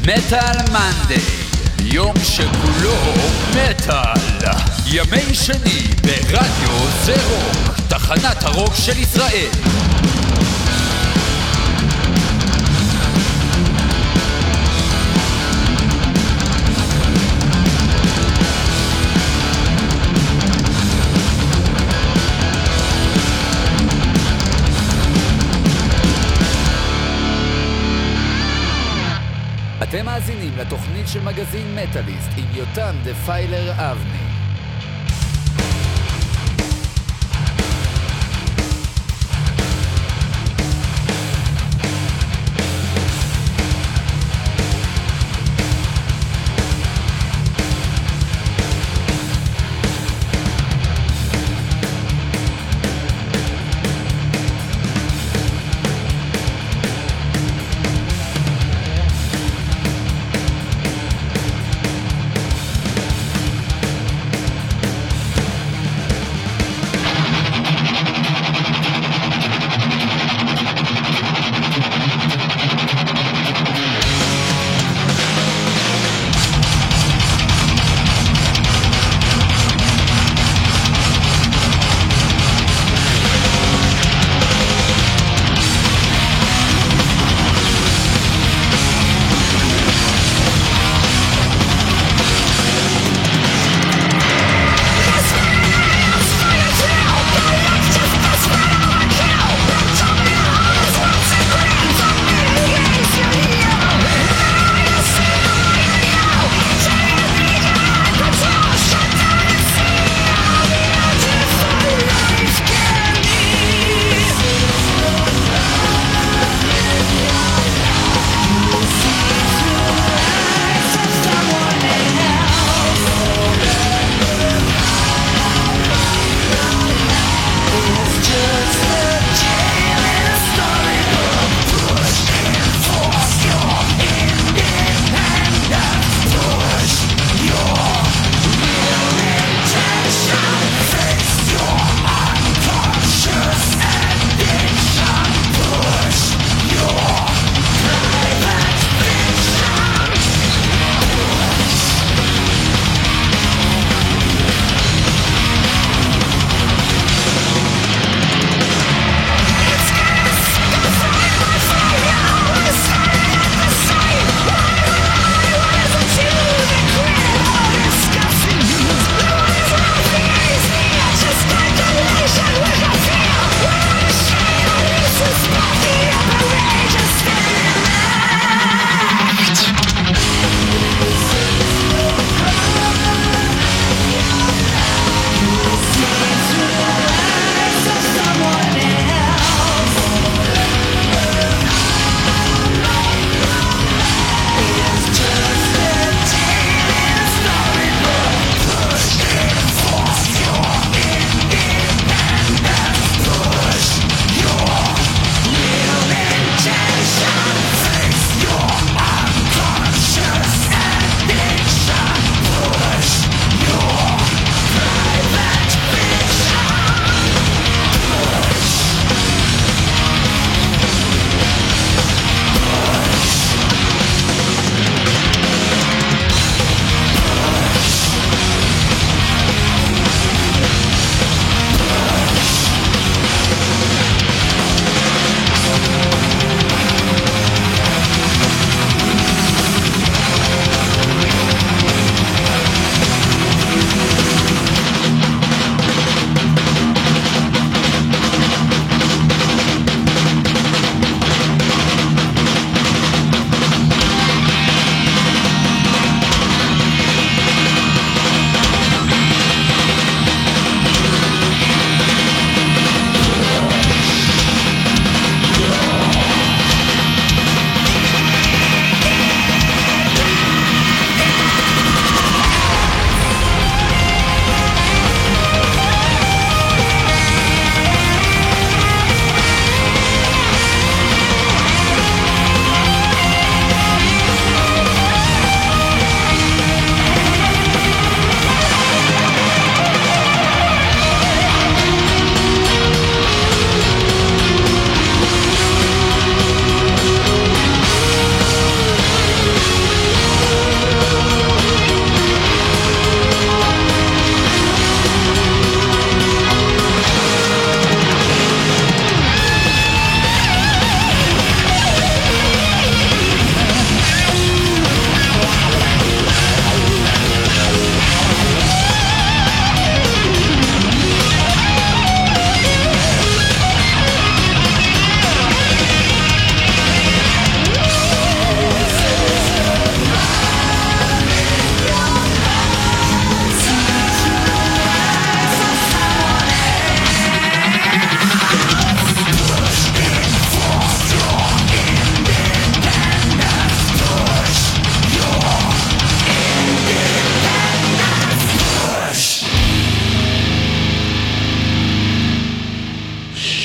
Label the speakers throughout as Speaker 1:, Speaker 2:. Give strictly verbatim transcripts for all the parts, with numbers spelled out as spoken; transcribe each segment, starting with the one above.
Speaker 1: מטל מנדי, יום שכולו מטל. ימי שני ברדיו זה רוק, תחנת הרוק של ישראל. אתם מאזינים לתוכנית של מגזין מטאליסט עם יותם דפיילר אבני.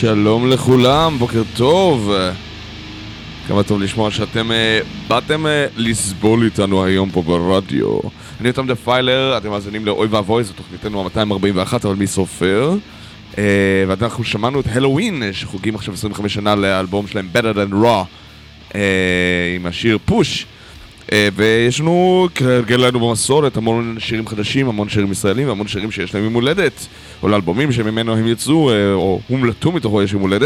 Speaker 2: שלום לכולם, בוקר טוב. כמה טוב לשמוע שאתם uh, באתם uh, לסבול איתנו היום פה ברדיו. אני יותם דפיילר, אתם מאזינים לאוי ואבוי, זו תוכניתנו ה-מאתיים ארבעים ואחת, אבל מי סופר. uh, ואנחנו שמענו את הלווין, שחוגגים עכשיו עשרים וחמש שנה לאלבום שלהם Better Than Raw, uh, עם השיר פוש. Uh, ויש לנו, כרגע לנו במסורת, המון שירים חדשים, המון שירים ישראלים, המון שירים שיש להם יום הולדת, או לאלבומים שממנו הם יצאו, uh, או הומלטו מתוכו יש יום הולדת.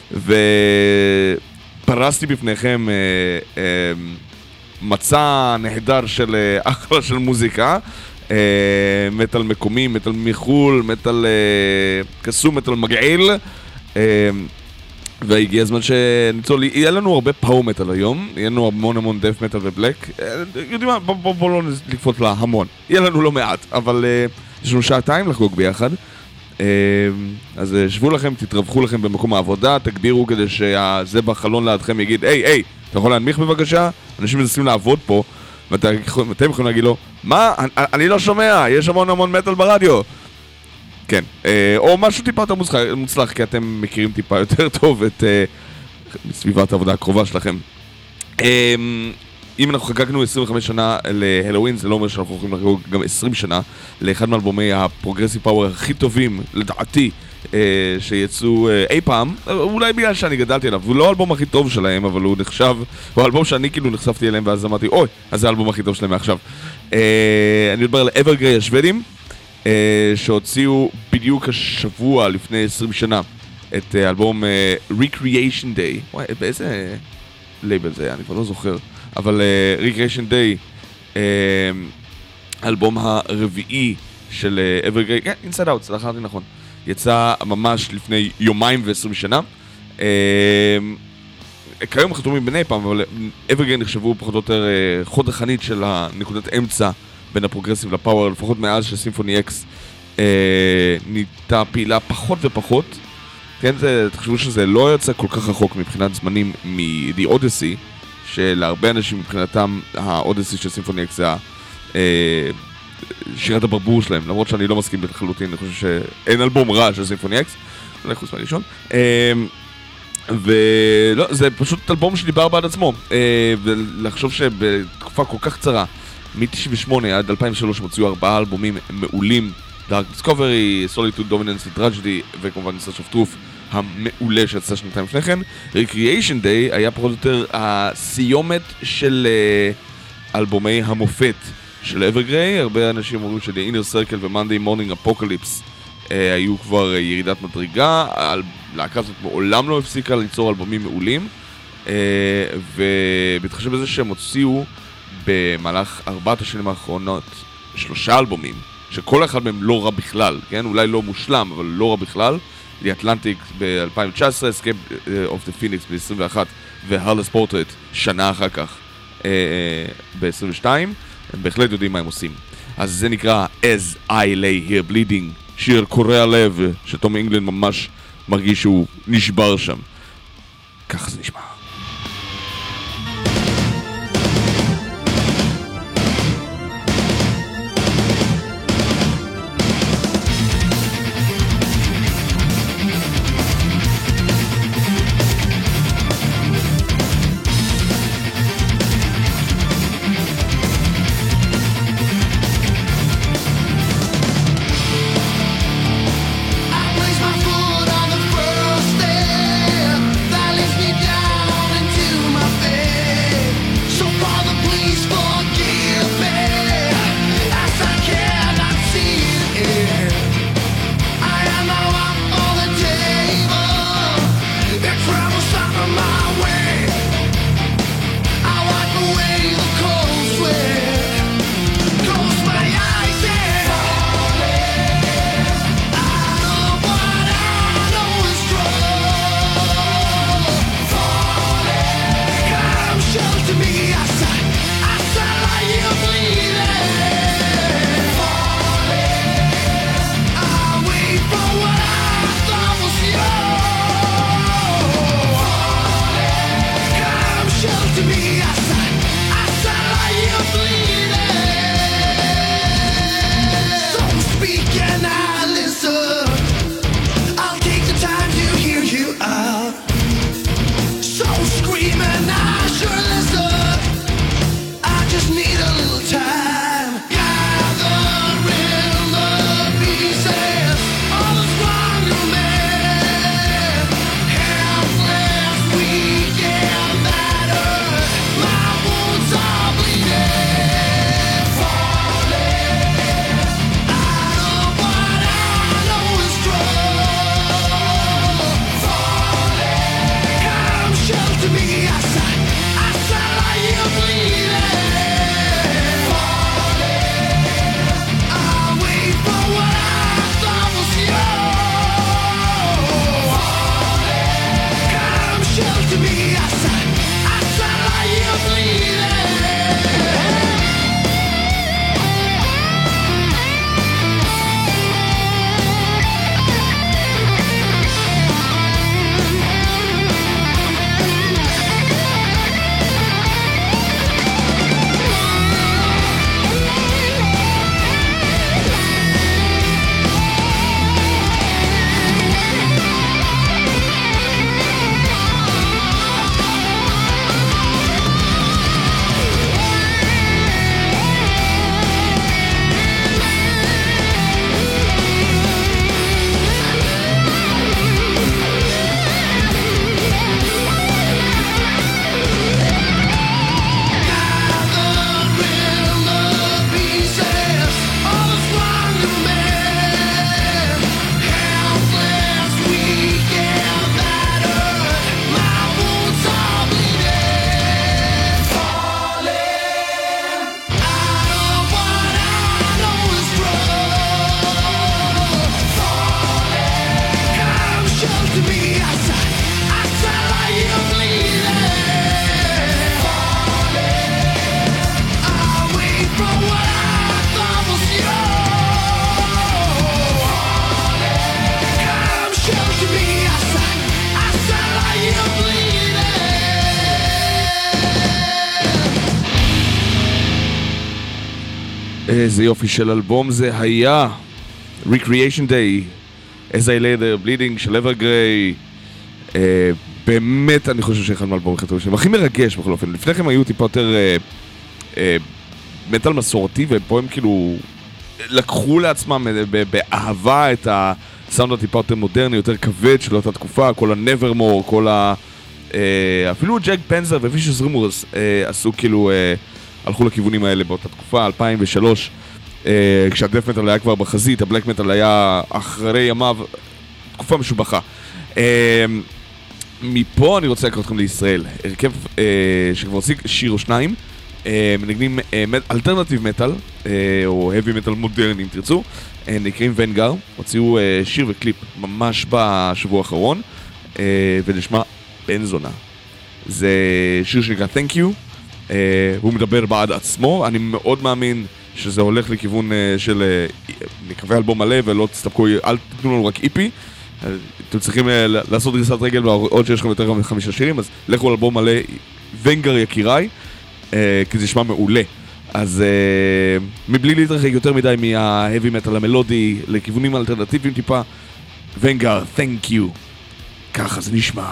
Speaker 2: ופרסתי בפניכם uh, uh, מצע נהדר של uh, אחלה של מוזיקה, uh, מטל מקומי, מטל מחול, מטל uh, קסום, מטל מגעיל, uh, והגיע הזמן שניצול, יהיה לנו הרבה פאור מטל היום, יהיה לנו המון המון דף מטל ובלק, יודעים מה, בואו בוא, בוא לא לקפוץ לה המון, יהיה לנו לא מעט, אבל uh, יש לנו שעתיים לחגוג ביחד, uh, אז uh, שבו לכם, תתרווחו לכם במקום העבודה, תגבירו כדי שזה בחלון לידכם יגיד, היי, היי, אתה יכול להנמיך בבקשה? אנשים מנסים לעבוד פה, ואתם יכולים להגיד לו, מה? אני, אני לא שומע, יש המון המון מטל ברדיו. כן, או משהו טיפה יותר מוצלח, כי אתם מכירים טיפה יותר טוב את סביבת העבודה הקרובה שלכם. אם אנחנו חגגנו עשרים וחמש שנה להלווין, זה לא אומר שאנחנו יכולים לחגוג גם עשרים שנה לאחד מאלבומי הפרוגרסיב פאוור הכי טובים, לדעתי, שיצאו אי פעם, אולי בגלל שאני גדלתי עליו. הוא לא האלבום הכי טוב שלהם, אבל הוא נחשב, הוא האלבום שאני כאילו נחשפתי אליהם, ואז אמרתי, אוי, אז זה האלבום הכי טוב שלהם מעכשיו. אני מדבר על אברגריי השוודים, Uh, שהוציאו בדיוק השבוע לפני עשרים שנה את אלבום uh, Recreation Day. וואי, באיזה לייבל זה היה? אני כבר לא זוכר. אבל uh, Recreation Day, uh, אלבום הרביעי של uh, Evergrey, כן, Inside Out, זכרתי נכון. יצא ממש לפני יומיים ועשרים שנה. Uh, כיום חתומים בני פעם, אבל Evergrey נחשבו פחות או יותר uh, חוד החנית של הנקודת אמצע בין הפרוגרסיב לפאוור, לפחות מאז שסימפוני אקס אה, נהייתה פעילה פחות ופחות. כן, זה, תחשבו שזה לא יצא כל כך רחוק מבחינת זמנים מ-The Odyssey, שלהרבה אנשים מבחינתם ה-Odyssey של סימפוני אקס זה אה, שירת הברבור שלהם, למרות שאני לא מסכים לחלוטין, אני חושב שאין אלבום רע של סימפוני אקס, אולי חוץ מהראשון. אה, ולא, זה פשוט אלבום שדיבר בעד עצמו, אה, ולחשוב שבתקופה כל כך קצרה, מ-תשעים ושמונה עד אלפיים ושלוש מוציאו ארבעה אלבומים מעולים, Dark Discovery, Solitude, Dominance ו-Tragedy, וכמובן Search of Truth המעולה שיצא שנתיים לפני כן. Recreation Day היה פחות או יותר הסיומת של uh, אלבומי המופת של Evergrey. הרבה אנשים אומרים של Inner Circle ו-Monday Morning Apocalypse uh, היו כבר uh, ירידת מדרגה, הלהקה הזאת מעולם לא הפסיקה ליצור אלבומים מעולים, uh, ובהתחשב בזה שהם הוציאו במהלך ארבעת השנים האחרונות שלושה אלבומים, שכל אחד מהם לא רע בכלל, כן? אולי לא מושלם, אבל לא רע בכלל. The Atlantic ב-אלפיים תשע עשרה, Escape of the Phoenix ב-עשרים ואחת, ו-Heartless Portrait שנה אחר כך ב-עשרים ושתיים. הם בהחלט יודעים מה הם עושים. אז זה נקרא As I Lay Here Bleeding, שיר קורע לב, שתום אינגלנד ממש מרגיש שהוא נשבר שם. ככה זה נשמע.
Speaker 3: I place my foot on the first step that leads me down.
Speaker 2: איזה יופי של אלבום זה היה. Recreation Day, As I Lay There Bleeding של Evergrey. uh, באמת אני חושב שאחד מהאלבום הכי טוב שלהם, הכי מרגש בכל אופן. לפני כן היו טיפה יותר uh, uh, מטל מסורתי, ופה הם כאילו לקחו לעצמם באהבה את הסאונד הטיפה יותר מודרני, יותר כבד של אותה תקופה, כל ה-Nevermore, כל ה... Uh, אפילו ג'ק פנזר ווישוס רימורס uh, עשו כאילו, uh, הלכו לכיוונים האלה באותה תקופה, אלפיים ושלוש, uh, כשהדף מטל היה כבר בחזית, הבלק מטל היה אחרי ימיו, תקופה משובחה. Uh, מפה אני רוצה לקרוא אתכם לישראל, הרכב uh, שכבר הוציא שיר או שניים, uh, מנגנים אלטרנטיב מטל, או heavy מטל מודרני אם תרצו, uh, נקראים ונגר, הוציאו uh, שיר וקליפ ממש בשבוע האחרון, uh, ונשמע בן זונה. זה שיר שנקרא Thank You, uh, הוא מדבר בעד עצמו, אני מאוד מאמין שזה הולך לכיוון uh, של uh, נקווה אלבום מלא ולא תסתפקו, אל תתנו לנו רק איפי, uh, אתם צריכים uh, לעשות דריסת רגל ועוד שיש לכם יותר מחמישה שירים, אז לכו על אלבום מלא, ונגר יקיריי, uh, כי זה נשמע מעולה. אז uh, מבלי להתרחק יותר מדי מה-heavy metal המלודי לכיוונים אלטרנטיביים טיפה, ונגר Thank You, ככה זה נשמע.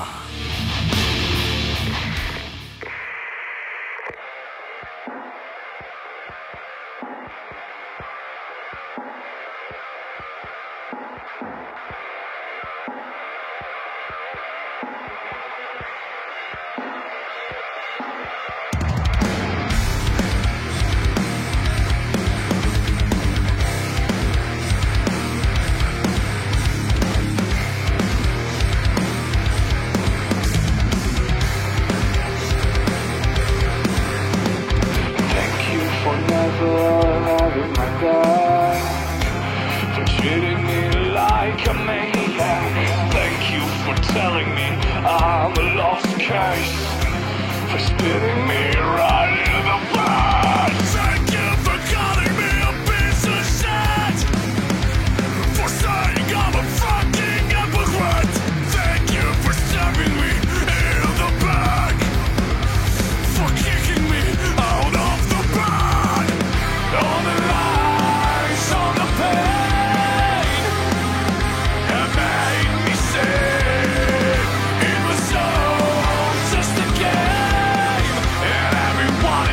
Speaker 3: Just a game, and everyone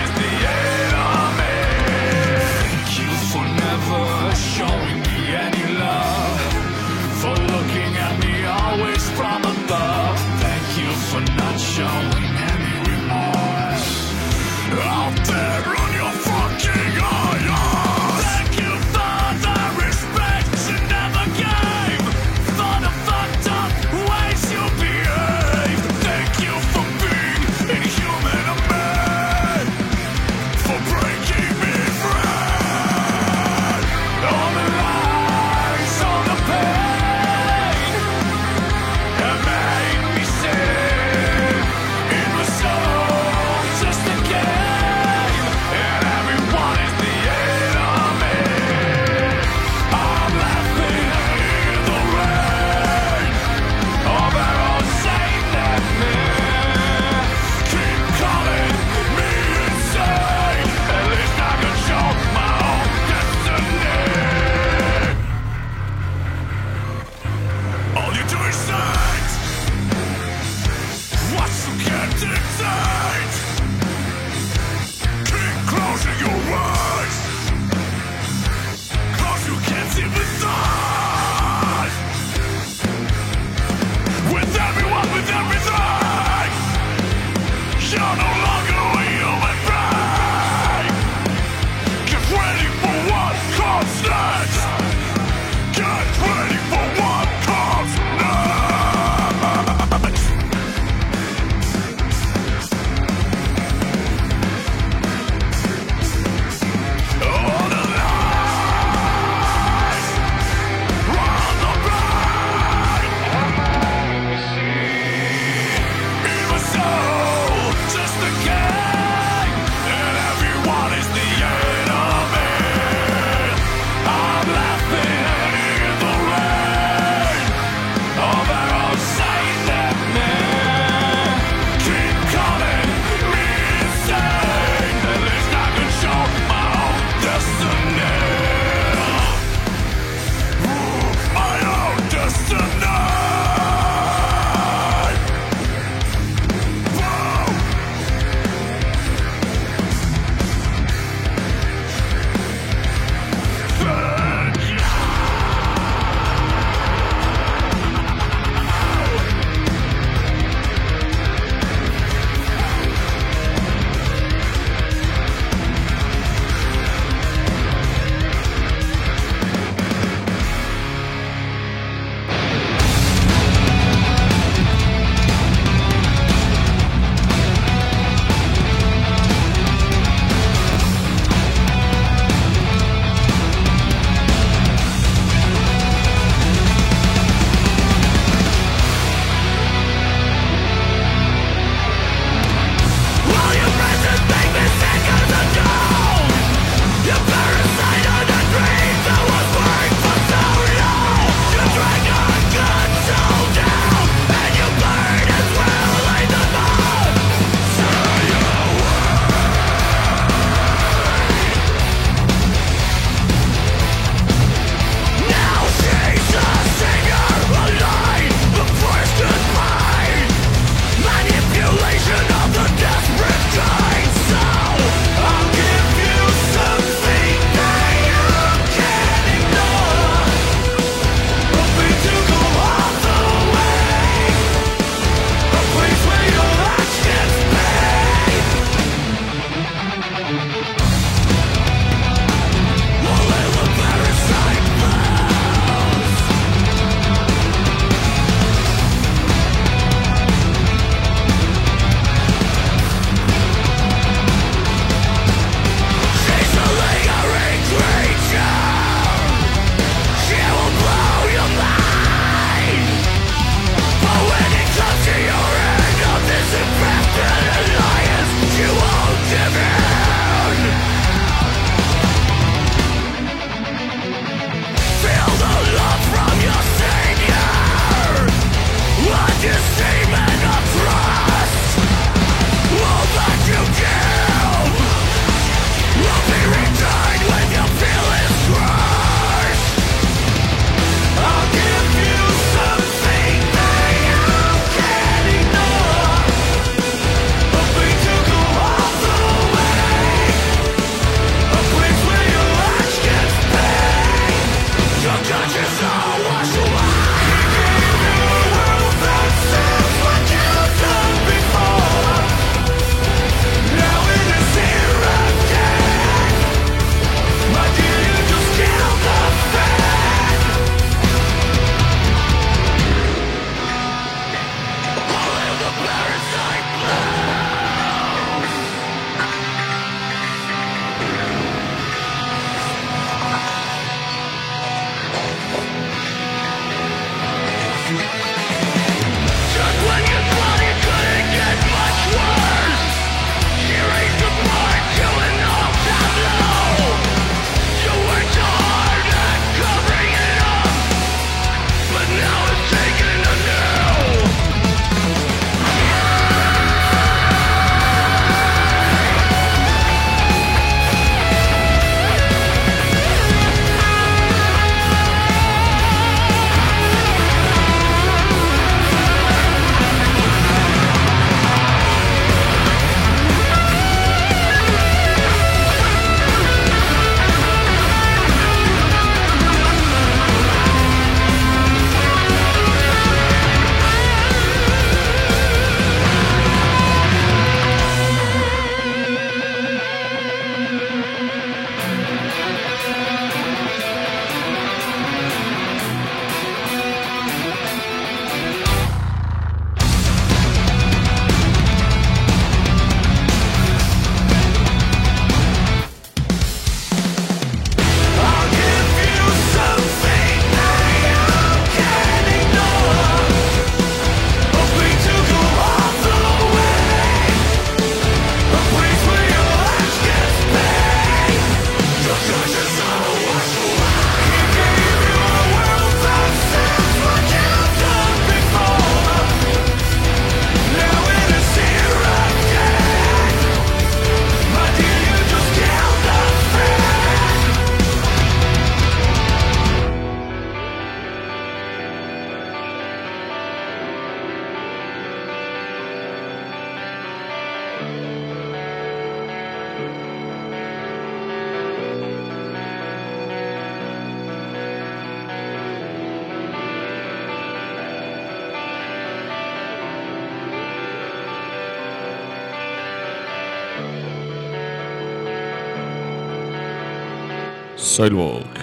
Speaker 2: Sidewalk.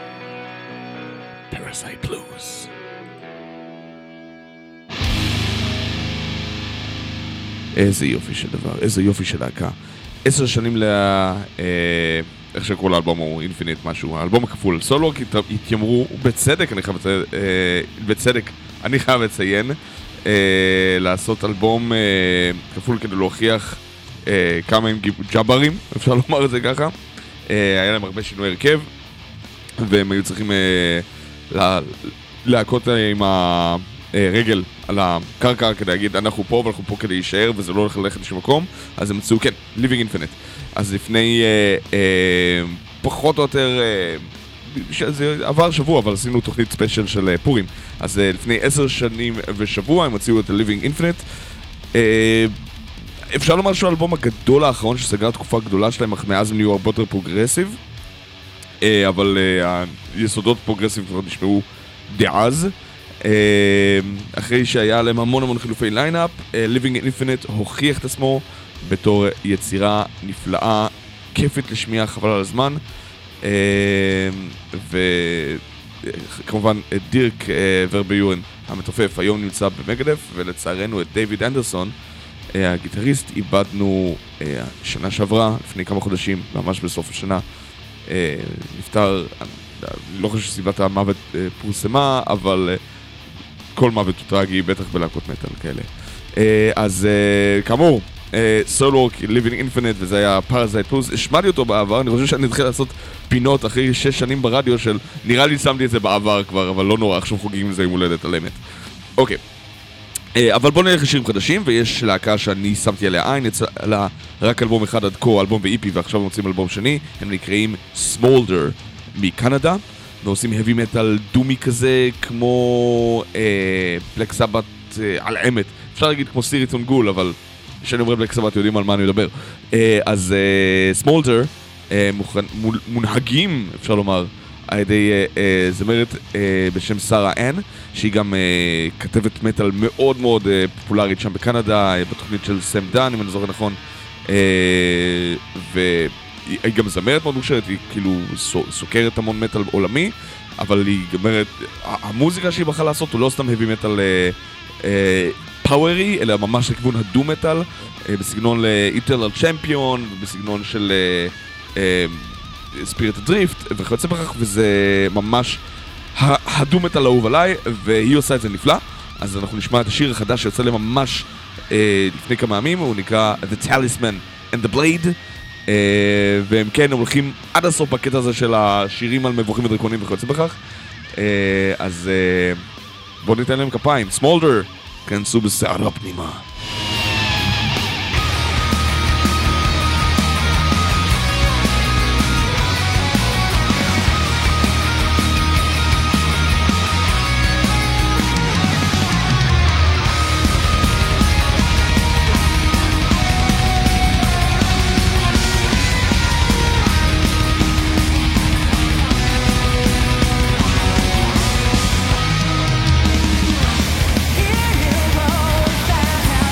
Speaker 2: Parasite Blues. איזה יופי של דבר, איזה יופי של להקה. עשר שנים ל... אה, איך שקורא לאלבום הוא אינפיניט משהו, האלבום הכפול. סולוורק התיימרו, בצדק אני חייב לציין, אה, בצדק אני חייב לציין, אה, לעשות אלבום אה, כפול כדי להוכיח אה, כמה הם ג'אברים, אפשר לומר את זה ככה. אה, היה להם הרבה שינוי הרכב, והם היו צריכים אה, לה, להכות עם הרגל על הקרקע כדי להגיד אנחנו פה ואנחנו פה כדי להישאר וזה לא הולך ללכת לשום מקום. אז הם מצאו, כן, Living Infinite. אז לפני אה, אה, פחות או יותר, אה, זה עבר שבוע, אבל עשינו תוכנית ספיישל של אה, פורים. אז אה, לפני עשר שנים ושבוע הם הוציאו את Living Infinite. אה, אפשר לומר שהוא האלבום הגדול האחרון שסגר תקופה גדולה שלהם, אך מאז הם נהיו הרבה יותר פרוגרסיב. אה, אבל אה, היסודות פרוגרסיב כבר נשמעו דאז. אחרי שהיה להם המון המון חילופי ליינאפ, Living Infinite הוכיח את עצמו בתור יצירה נפלאה, כיפית לשמיעה, חבל על הזמן. וכמובן דירק ורביורן המתופף היום נמצא במגדף, ולצערנו את דיוויד אנדרסון הגיטריסט איבדנו שנה שעברה, לפני כמה חודשים, ממש בסוף השנה. נפטר, לא חושב שסיבת המוות פורסמה, אבל כל מוות הוא טרגי, בטח בלהקות מטל כאלה. אז כאמור, סולוורק, Living Infinite, וזה היה Parasite Blues. השמעתי אותו בעבר, אני חושב שאני אתחיל לעשות פינות אחרי שש שנים ברדיו של, נראה לי שמתי את זה בעבר כבר, אבל לא נורא, עכשיו חוגגים עם זה עם הולדת על אמת. אוקיי. אבל בואו נלך לשירים חדשים, ויש להקה שאני שמתי עליה עין, יצא לה רק אלבום אחד עד כה, אלבום ו-אי פי, ועכשיו מוצאים אלבום שני, הם נקראים Smolder מקנדה, ועושים heavy metal דומי כזה, כמו בלק סבת על אמת, אפשר להגיד כמו סיריטון גול, אבל כשאני אומר בלק סבת יודעים על מה אני מדבר. אז Smolder מונהגים, אפשר לומר, על ידי זמרת בשם שרה אן, שהיא גם כתבת מטל מאוד מאוד פופולרית שם בקנדה, בתוכנית של סם דן, אם אני זוכר נכון, והיא גם זמרת מאוד מושרת, היא כאילו סוקרת המון מטל עולמי, אבל היא גמרת, המוזיקה שהיא בחרה לעשות הוא לא סתם heavy metal פאוורי, אלא ממש לכיוון הדו מטל, בסגנון ל-Eternal Champion, ובסגנון של ספיריט דריפט וכיוצא בכך, וזה ממש הדו מטל האהוב עליי, והיא עושה את זה נפלא. אז אנחנו נשמע את השיר החדש שיוצא להם ממש אה, לפני כמה ימים, הוא נקרא The Talisman and the Blade, אה, והם כן הולכים עד הסוף בקטע הזה של השירים על מבוכים ודרקונים וכיוצא בכך. אה, אז אה, בואו ניתן להם כפיים. Smolder, כנסו בסערה פנימה.
Speaker 3: Here you roll back.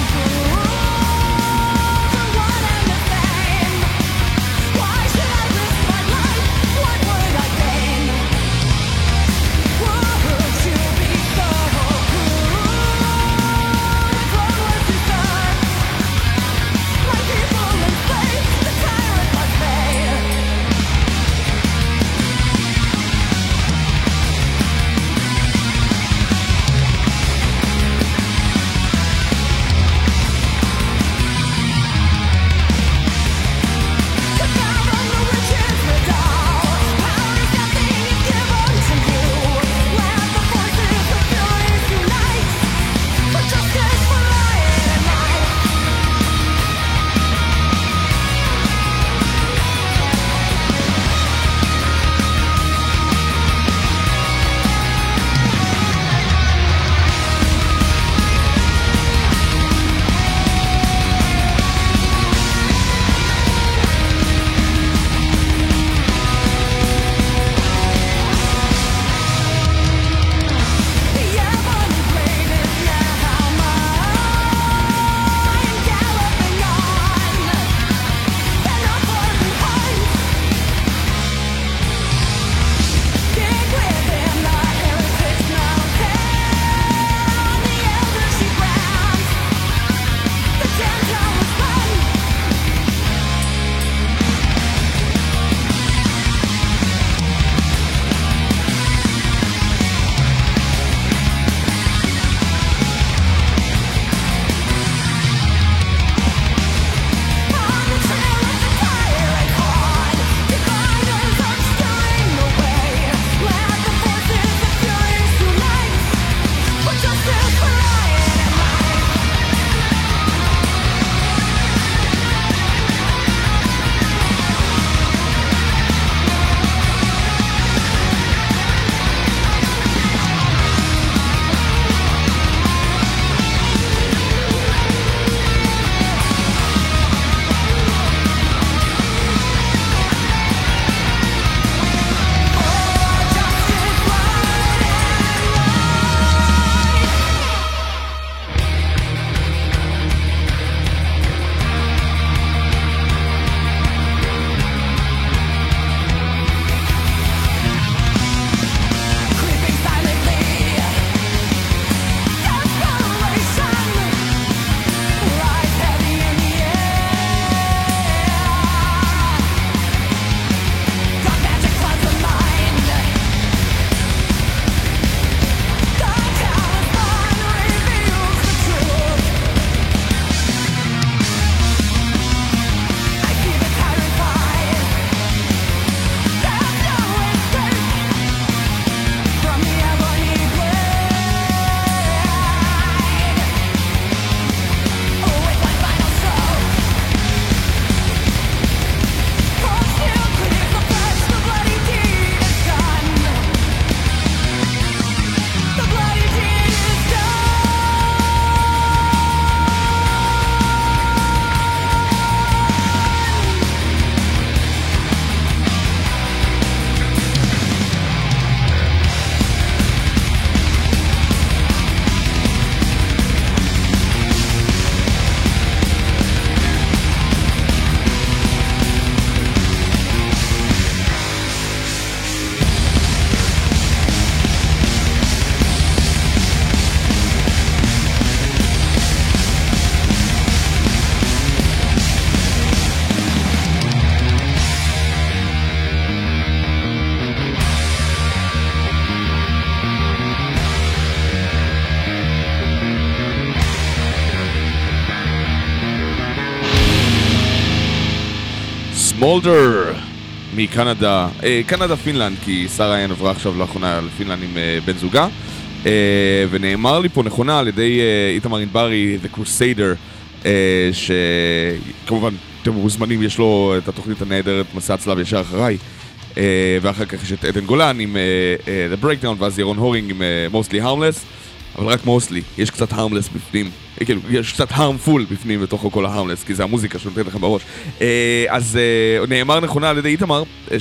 Speaker 2: סמולדר מקנדה, אה, קנדה פינלנד, כי שרה אין עברה עכשיו לאחרונה לפינלנד עם אה, בן זוגה, אה, ונאמר לי פה נכונה על ידי אה, איתמר אינברי, The Crusader, אה, שכמובן אתם מוזמנים, יש לו את התוכנית הנהדרת מסע הצלב ישר אחריי, אה, ואחר כך יש את עדן גולן עם אה, אה, The Breakdown, ואז ירון הורינג עם אה, Mostly Harmless, אבל רק mostly, יש קצת harmless בפנים, כאילו, יש קצת harmful בפנים בתוך כל ה-harmless, כי זה המוזיקה שנותנת לכם בראש. אז נאמר נכונה על ידי איתמר,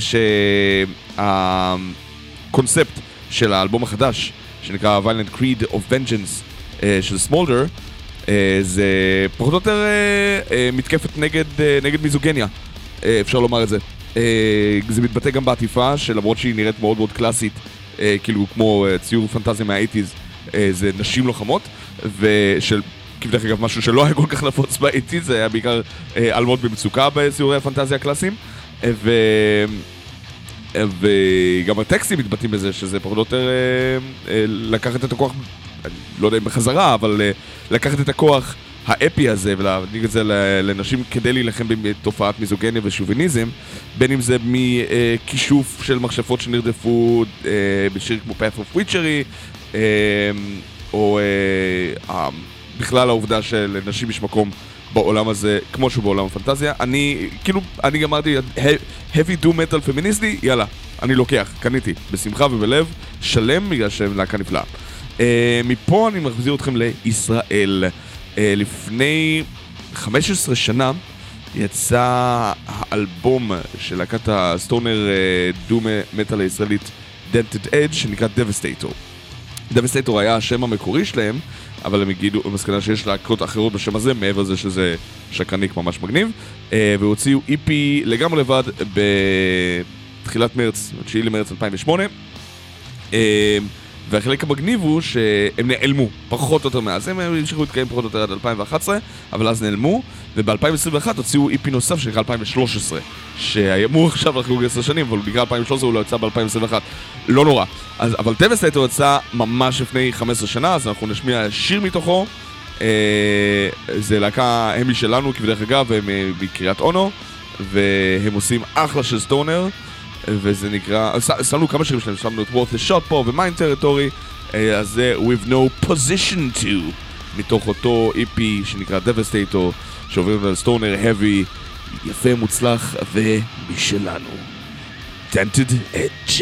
Speaker 2: שהקונספט של האלבום החדש, שנקרא Violent Creed of Vengeance של סמולדר, זה פחות או יותר מתקפת נגד, נגד מיזוגניה, אפשר לומר את זה. זה מתבטא גם בעטיפה, שלמרות שהיא נראית מאוד מאוד קלאסית, כאילו כמו ציור פנטזיה מה-שמונים, זה נשים לוחמות, ושל, כבדרך אגב, משהו שלא היה כל כך נפוץ ב-שמונים, זה היה בעיקר אלמות במצוקה בציורי הפנטזיה הקלאסיים, ו... וגם הטקסטים מתבטאים בזה, שזה פחות או יותר לקחת את הכוח, לא יודע אם בחזרה, אבל לקחת את הכוח האפי הזה ולהנהיג את זה לנשים כדי להילחם בתופעת מיזוגניה ושוביניזם, בין אם זה מכישוף של מכשפות שנרדפו בשיר כמו Path of Witchery, או בכלל העובדה שלנשים יש מקום בעולם הזה כמו שהוא בעולם הפנטזיה. אני, כאילו, אני אמרתי, heavy do metal פמיניסטי, יאללה, אני לוקח, קניתי, בשמחה ובלב, שלם בגלל שהם להקה נפלאה. מפה אני מחזיר אתכם לישראל. לפני חמש עשרה שנה יצא האלבום של להקת הסטונר דו מטל הישראלית Dented Edge, שנקרא Devastator. Devastator היה השם המקורי שלהם, אבל הם הגידו במסקנה שיש להקות אחרות בשם הזה, מעבר לזה שזה שקרניק ממש מגניב, והוציאו אי פי לגמרי לבד בתחילת מרץ, תשיעי למרץ אלפיים ושמונה, והחלק המגניב הוא שהם נעלמו פחות או יותר מאז, הם המשיכו להתקיים פחות או יותר עד אלפיים ואחת עשרה, אבל אז נעלמו, וב-אלפיים עשרים ואחת הוציאו אי פי נוסף שנקרא אלפיים ושלוש עשרה, שאמור עכשיו לחגוג עשר שנים, אבל בגלל אלפיים ושלוש עשרה הוא לא יצא ב-אלפיים עשרים ואחת, לא נורא. אז, אבל Devastator יצא ממש לפני חמש עשרה שנה, אז אנחנו נשמיע שיר מתוכו, אה, זה להקה הם משלנו, כבדרך אגב, הם בקריית אונו, והם עושים אחלה של סטונר, וזה נקרא, שמנו כמה שירים שלהם, שמנו את Worthless Shot פה ומיינד טריטורי, אז זה With No Position To, מתוך אותו אי פי שנקרא Devastator, שעוברים על סטונר heavy, יפה, מוצלח ומשלנו. Dented Edge.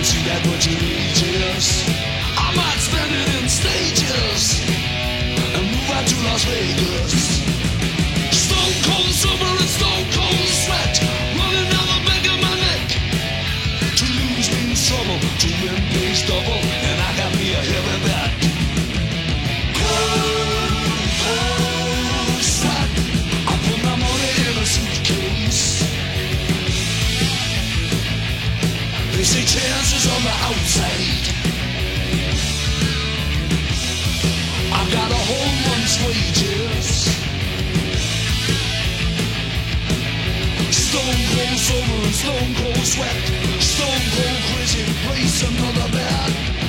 Speaker 3: see that what your age is. I might spend it in stages and move out to Las Vegas. Stone cold summer and stone cold sweat running down the back of my neck. To lose means trouble, to win pays double, and I got me a heavy bet. Cold, cold sweat. I put my money in a suitcase. They say chances on the outside. I've got a whole month's wages. Stone cold summer and stone cold sweat. Stone cold crazy, place another bet.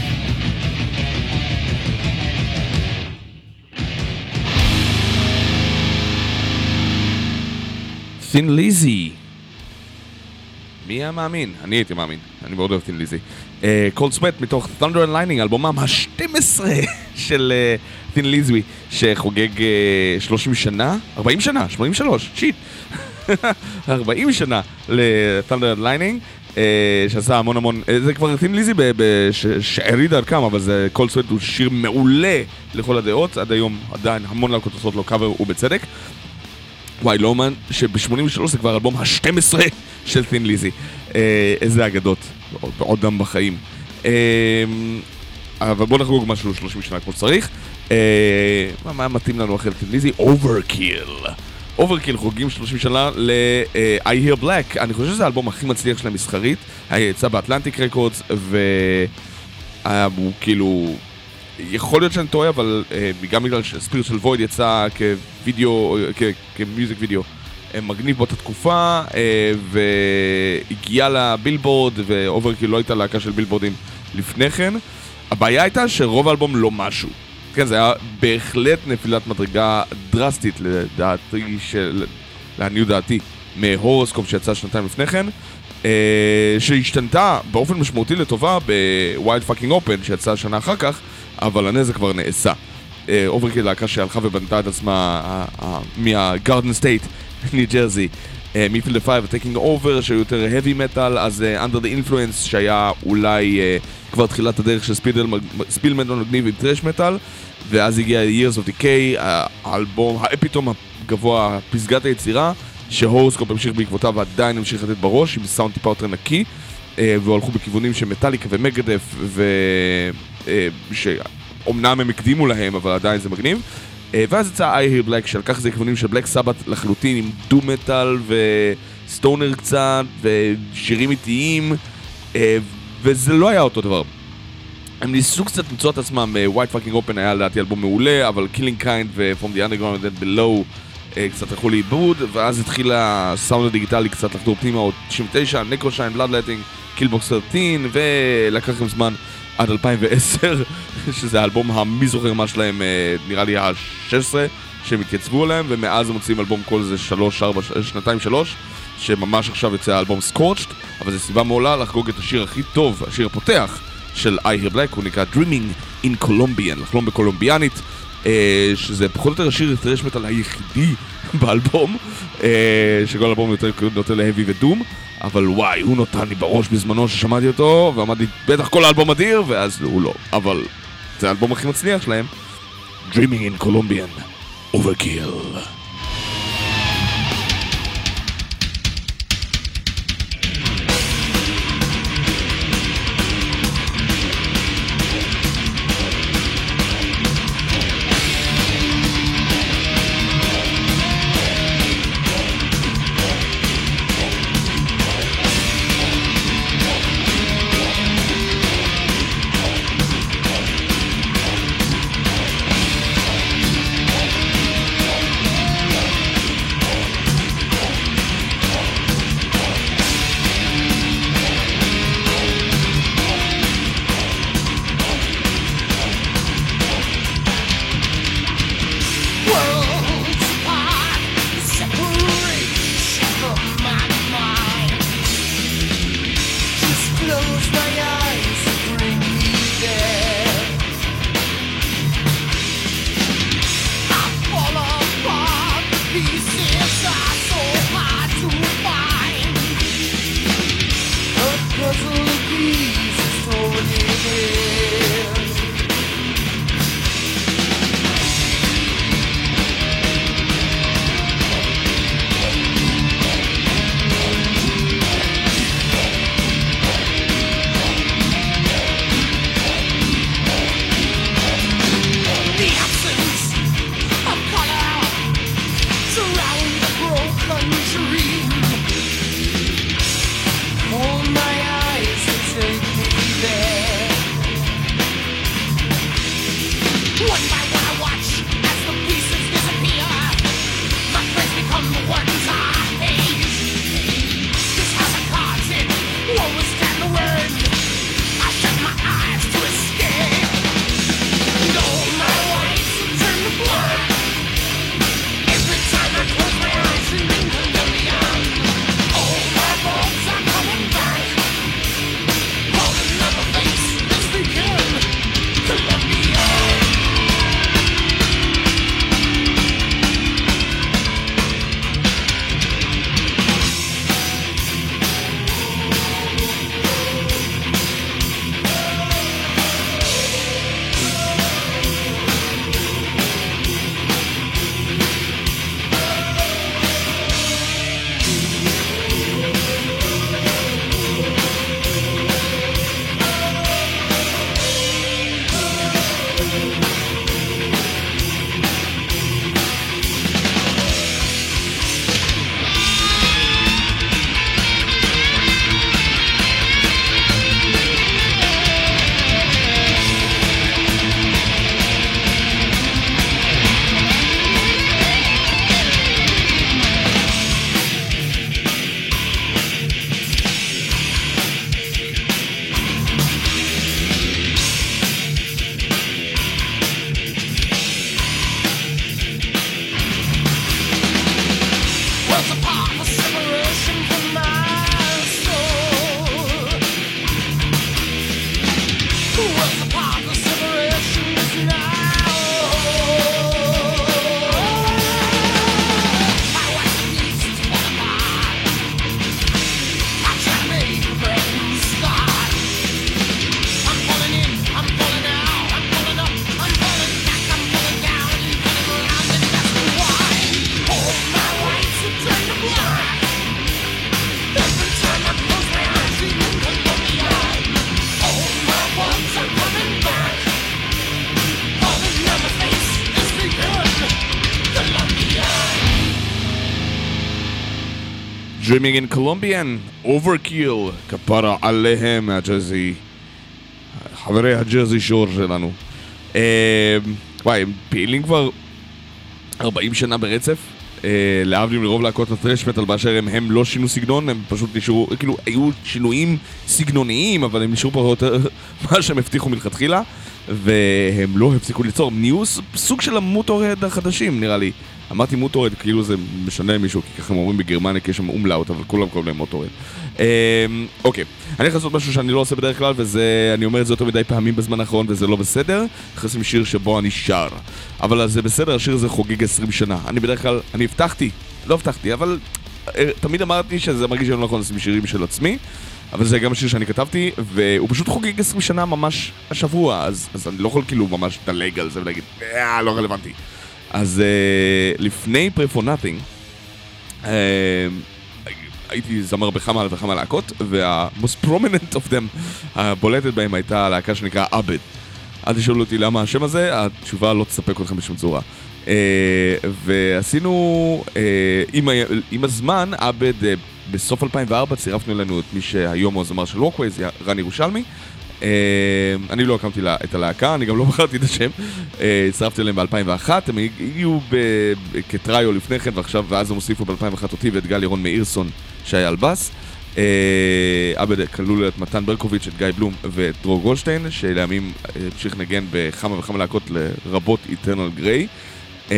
Speaker 2: Thin Lizzy. מי היה מאמין? אני הייתי מאמין. אני מאוד אוהב Thin Lizzy. Cold Sweat מתוך Thunder and Lightning, אלבומם ה-שתים עשרה של uh, Thin Lizzy, שחוגג uh, שלושים שנה, ארבעים שנה, שמונים ושלוש, שיט. ארבעים שנה ל-Thunder and Lightning, uh, שעשה המון המון, uh, זה כבר Thin Lizzy בשערי דרכם, אבל זה Cold Sweat הוא שיר מעולה לכל הדעות, עד היום עדיין המון להקות עושות לו קאבר ובצדק. וואי, לא אומן שב-שמונים ושלוש זה כבר אלבום ה-שתים עשרה של Thin Lizzy. אה, איזה אגדות, עוד דם בחיים. אה, אבל בואו נחגוג משהו שלושים שנה כמו שצריך. אה, מה, מה מתאים לנו אחרי Thin Lizzy? Overkill. Overkill חוגגים שלושים שנה ל-I Hear Black. אני חושב שזה האלבום הכי מצליח שלהם מסחרית. היה יצא באטלנטיק רקורדס, והוא כאילו... יכול להיות שאני טועה, אבל uh, גם בגלל ש-Spiritual Void יצא כווידאו, כמיוזיק וידאו מגניב באותה תקופה, uh, והגיע לבילבורד, ואוברקיל לא הייתה להקה של בילבורדים לפני כן. הבעיה הייתה שרוב האלבום לא משהו. כן, זה היה בהחלט נפילת מדרגה דרסטית לדעתי, של... לעניות דעתי, מהורוסקופ שיצא שנתיים לפני כן, uh, שהשתנתה באופן משמעותי לטובה ב-Wild Fucking Open שיצא שנה אחר כך, אבל הנזק כבר נעשה. אוברקיל להקה שהלכה ובנתה את עצמה מה-Garden State, ניו ג'רזי, מפילד פייב ו-Taking Over, שהיו יותר heavy metal, אז Under the Influence, שהיה אולי כבר תחילת הדרך של ספילמן מגניב עם טרש מטל, ואז הגיע Years of Decay, האלבום, האפיטום הגבוה, פסגת היצירה, שהורוסקופ המשיך בעקבותיו ועדיין המשיך לתת בראש, עם סאונד טיפה יותר נקי, והלכו בכיוונים של מטאליקה ומגדף, ו... שאומנם הם הקדימו להם, אבל עדיין זה מגניב. ואז יצא I Hear Black, שלקח זה כיוונים של בלק סבת לחלוטין, עם דום מטל וסטונר קצת, ושירים איטיים, וזה לא היה אותו דבר. הם ניסו קצת למצוא את עצמם, White Fucking Open היה לדעתי אלבום מעולה, אבל Killing Kind ו-From the Underground and Below קצת הלכו לאיבוד, ואז התחיל הסאונד הדיגיטלי קצת לחדור פנימה, עוד תשעים ותשע, Necroshine, Bloodletting, Killbox שלוש עשרה, ולקח לכם זמן עד אלפיים ועשר, שזה האלבום המי זוכר מה שלהם, נראה לי ה-שש עשרה, שהם התייצבו עליהם, ומאז הם מוצאים אלבום כל זה שלוש, ארבע, שנתיים, שלוש, שממש עכשיו יוצא האלבום Scorched, אבל זו סיבה מעולה לחגוג את השיר הכי טוב, השיר הפותח של I Hear Black, הוא נקרא Dreaming in Colombian, לחלום בקולומביאנית, שזה פחות או יותר השיר טרש מטל היחידי באלבום, שכל אלבום יותר נותן להבי ודום, אבל וואי, הוא נותן לי בראש בזמנו ששמעתי אותו, ועמד לי בטח כל האלבום אדיר, ואז הוא לא. אבל זה האלבום הכי מצליח שלהם, Dreaming in Colombian, Overkill. Dreaming in Colombian, Overkill, כפרה עליהם מהג'רזי, חברי הג'רזי שור שלנו. וואי, הם פעילים כבר ארבעים שנה ברצף, להבדיל מרוב להקות הטרש מטל באשר הם, הם לא שינו סגנון, הם פשוט נשארו, כאילו, היו שינויים סגנוניים, אבל הם נשארו פחות מה שהם הבטיחו מלכתחילה, והם לא הפסיקו ליצור. הם נהיו סוג של המוטורד החדשים, נראה לי. אמרתי מוטורד, כאילו זה משנה מישהו, כי ככה הם אומרים בגרמניה, כי יש שם אומלאוט, אבל כולם קוראים להם מוטורד. אוקיי, אני הולך לעשות משהו שאני לא עושה בדרך כלל, וזה, אני אומר את זה יותר מדי פעמים בזמן האחרון, וזה לא בסדר. נכנסים שיר שבו אני שר. אבל זה בסדר, השיר הזה חוגג עשרים שנה. אני בדרך כלל, אני הבטחתי, לא הבטחתי, אבל תמיד אמרתי שזה מרגיש שאני לא יכול לשים שירים של עצמי, אבל זה גם השיר שאני כתבתי, והוא פשוט חוגג עשרים שנה ממש השבוע, אז, אז אני לא יכול כאילו ממש דלג על זה ולהגיד, אה, לא רלוונטי. אז uh, לפני Pray for Nothing uh, הייתי זמר בכמה וכמה להקות, וה-most prominent of them, הבולטת בהם הייתה להקה שנקרא עבד. אל תשאלו אותי למה השם הזה, התשובה לא תספק אתכם בשום צורה. uh, ועשינו uh, עם, עם הזמן, עבד uh, בסוף אלפיים וארבע צירפנו אלינו את מי שהיום הוא הזמר של Walkways, רן ירושלמי. Uh, אני לא הקמתי לה, את הלהקה, אני גם לא בחרתי את השם, uh, הצטרפתי אליהם ב-אלפיים ואחת, הם הגיעו ב- כטריו לפני כן, ועכשיו, ואז הם הוסיפו ב-אלפיים ואחת אותי ואת גל ירון מאירסון שהיה על בס. uh, עבד כלול את מתן ברקוביץ', את גיא בלום ואת דרור גולדשטיין, שלימים המשיך נגן בכמה וכמה להקות לרבות איטרנל גריי. uh,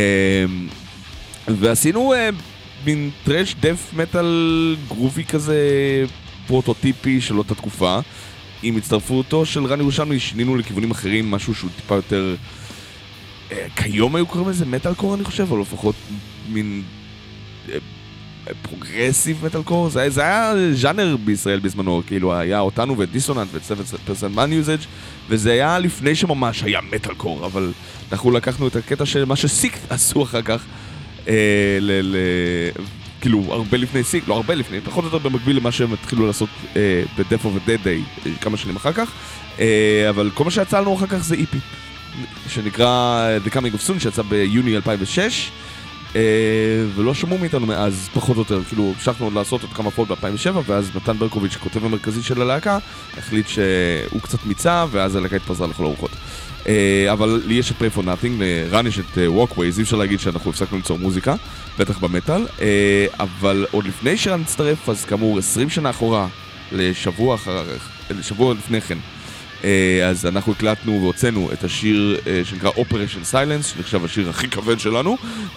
Speaker 2: ועשינו uh, מין טרש דף מטל גרובי כזה פרוטוטיפי של אותה תקופה. עם הצטרפותו של רן ירושלמי שינינו לכיוונים אחרים, משהו שהוא טיפה יותר אה, כיום היו קוראים לזה מטל קור אני חושב, או לפחות מין אה, פרוגרסיב מטל קור. זה, זה היה ז'אנר בישראל בזמנו, כאילו היה אותנו ואת דיסוננט ואת שבע פרסנט מן יוזאג', וזה היה לפני שממש היה מטל קור, אבל אנחנו לקחנו את הקטע של מה שסיק עשו אחר כך אה, ל... ל כאילו, הרבה לפני סיק, לא הרבה לפני, פחות או יותר במקביל למה שהם התחילו לעשות אה, ב-Death of a Dead Day אה, כמה שנים אחר כך, אה, אבל כל מה שיצא לנו אחר כך זה איפי, שנקרא The Coming of Soon, שיצא ביוני אלפיים ושש, אה, ולא שמעו מאיתנו מאז, פחות או יותר, כאילו, המשכנו עוד לעשות עוד כמה פולט ב-אלפיים ושבע, ואז מתן ברקוביץ', הכותב המרכזי של הלהקה, החליט שהוא קצת מיצה, ואז הלהקה התפזרה לכל ארוחות. אבל לי יש את Pray for Nothing, לרן יש את Walkways, אי אפשר להגיד שאנחנו הפסקנו ליצור מוזיקה, בטח במטל, אבל עוד לפני שרן נצטרף, אז כאמור עשרים שנה אחורה, לשבוע, אחר, לשבוע לפני כן, אז אנחנו הקלטנו והוצאנו את השיר שנקרא Operation Silence, שנחשב השיר הכי כבד שלנו,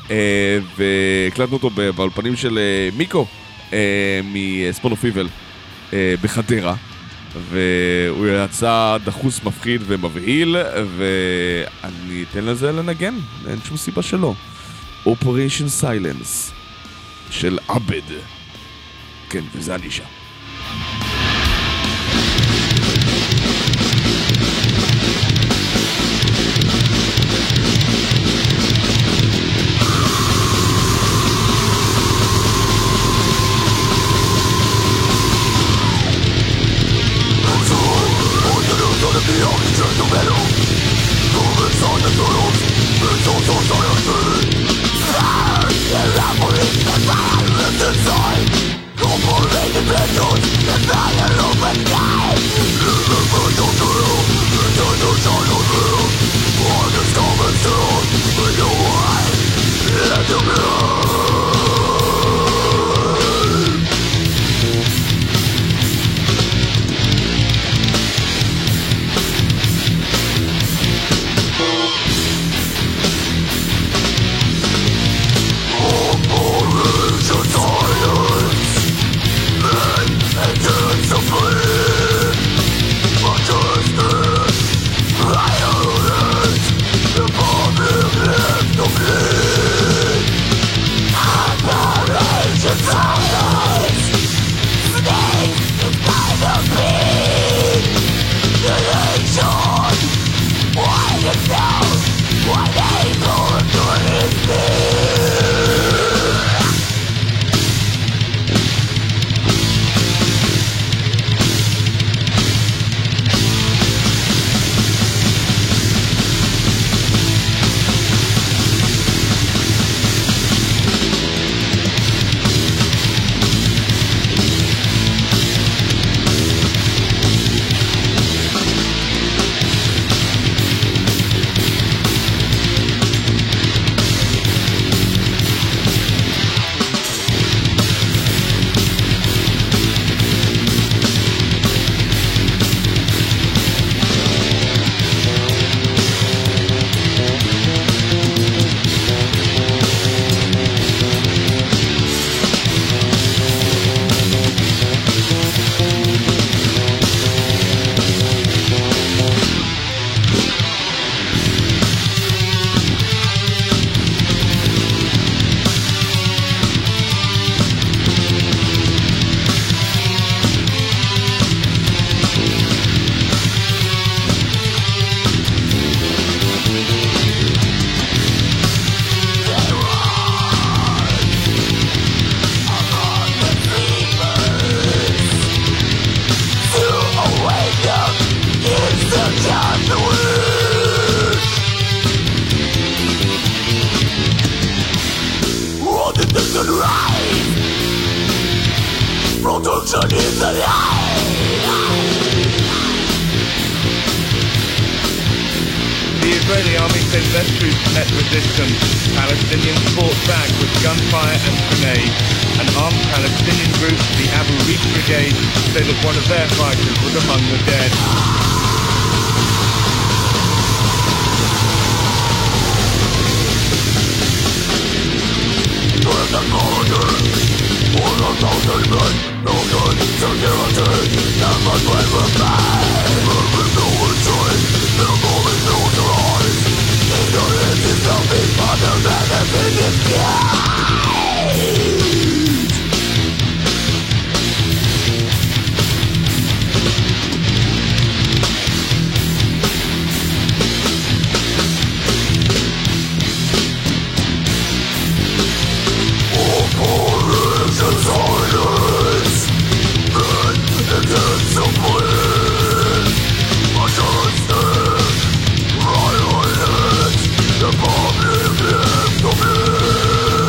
Speaker 2: והקלטנו אותו באולפנים של מיקו, מספון אוף איבל, בחדרה. והוא יצא דחוס מפחיד ומבהיל, ואני אתן לזה לנגן, אין שום סיבה שלא. Operation Silence של עבד. כן, וזה אני שם.
Speaker 4: The Israeli army sent less troops met resistance. Palestinians fought back with gunfire and grenades. An armed Palestinian group, the Abu Reef Brigade, said that one of their fighters was among the dead.
Speaker 5: The public lives to be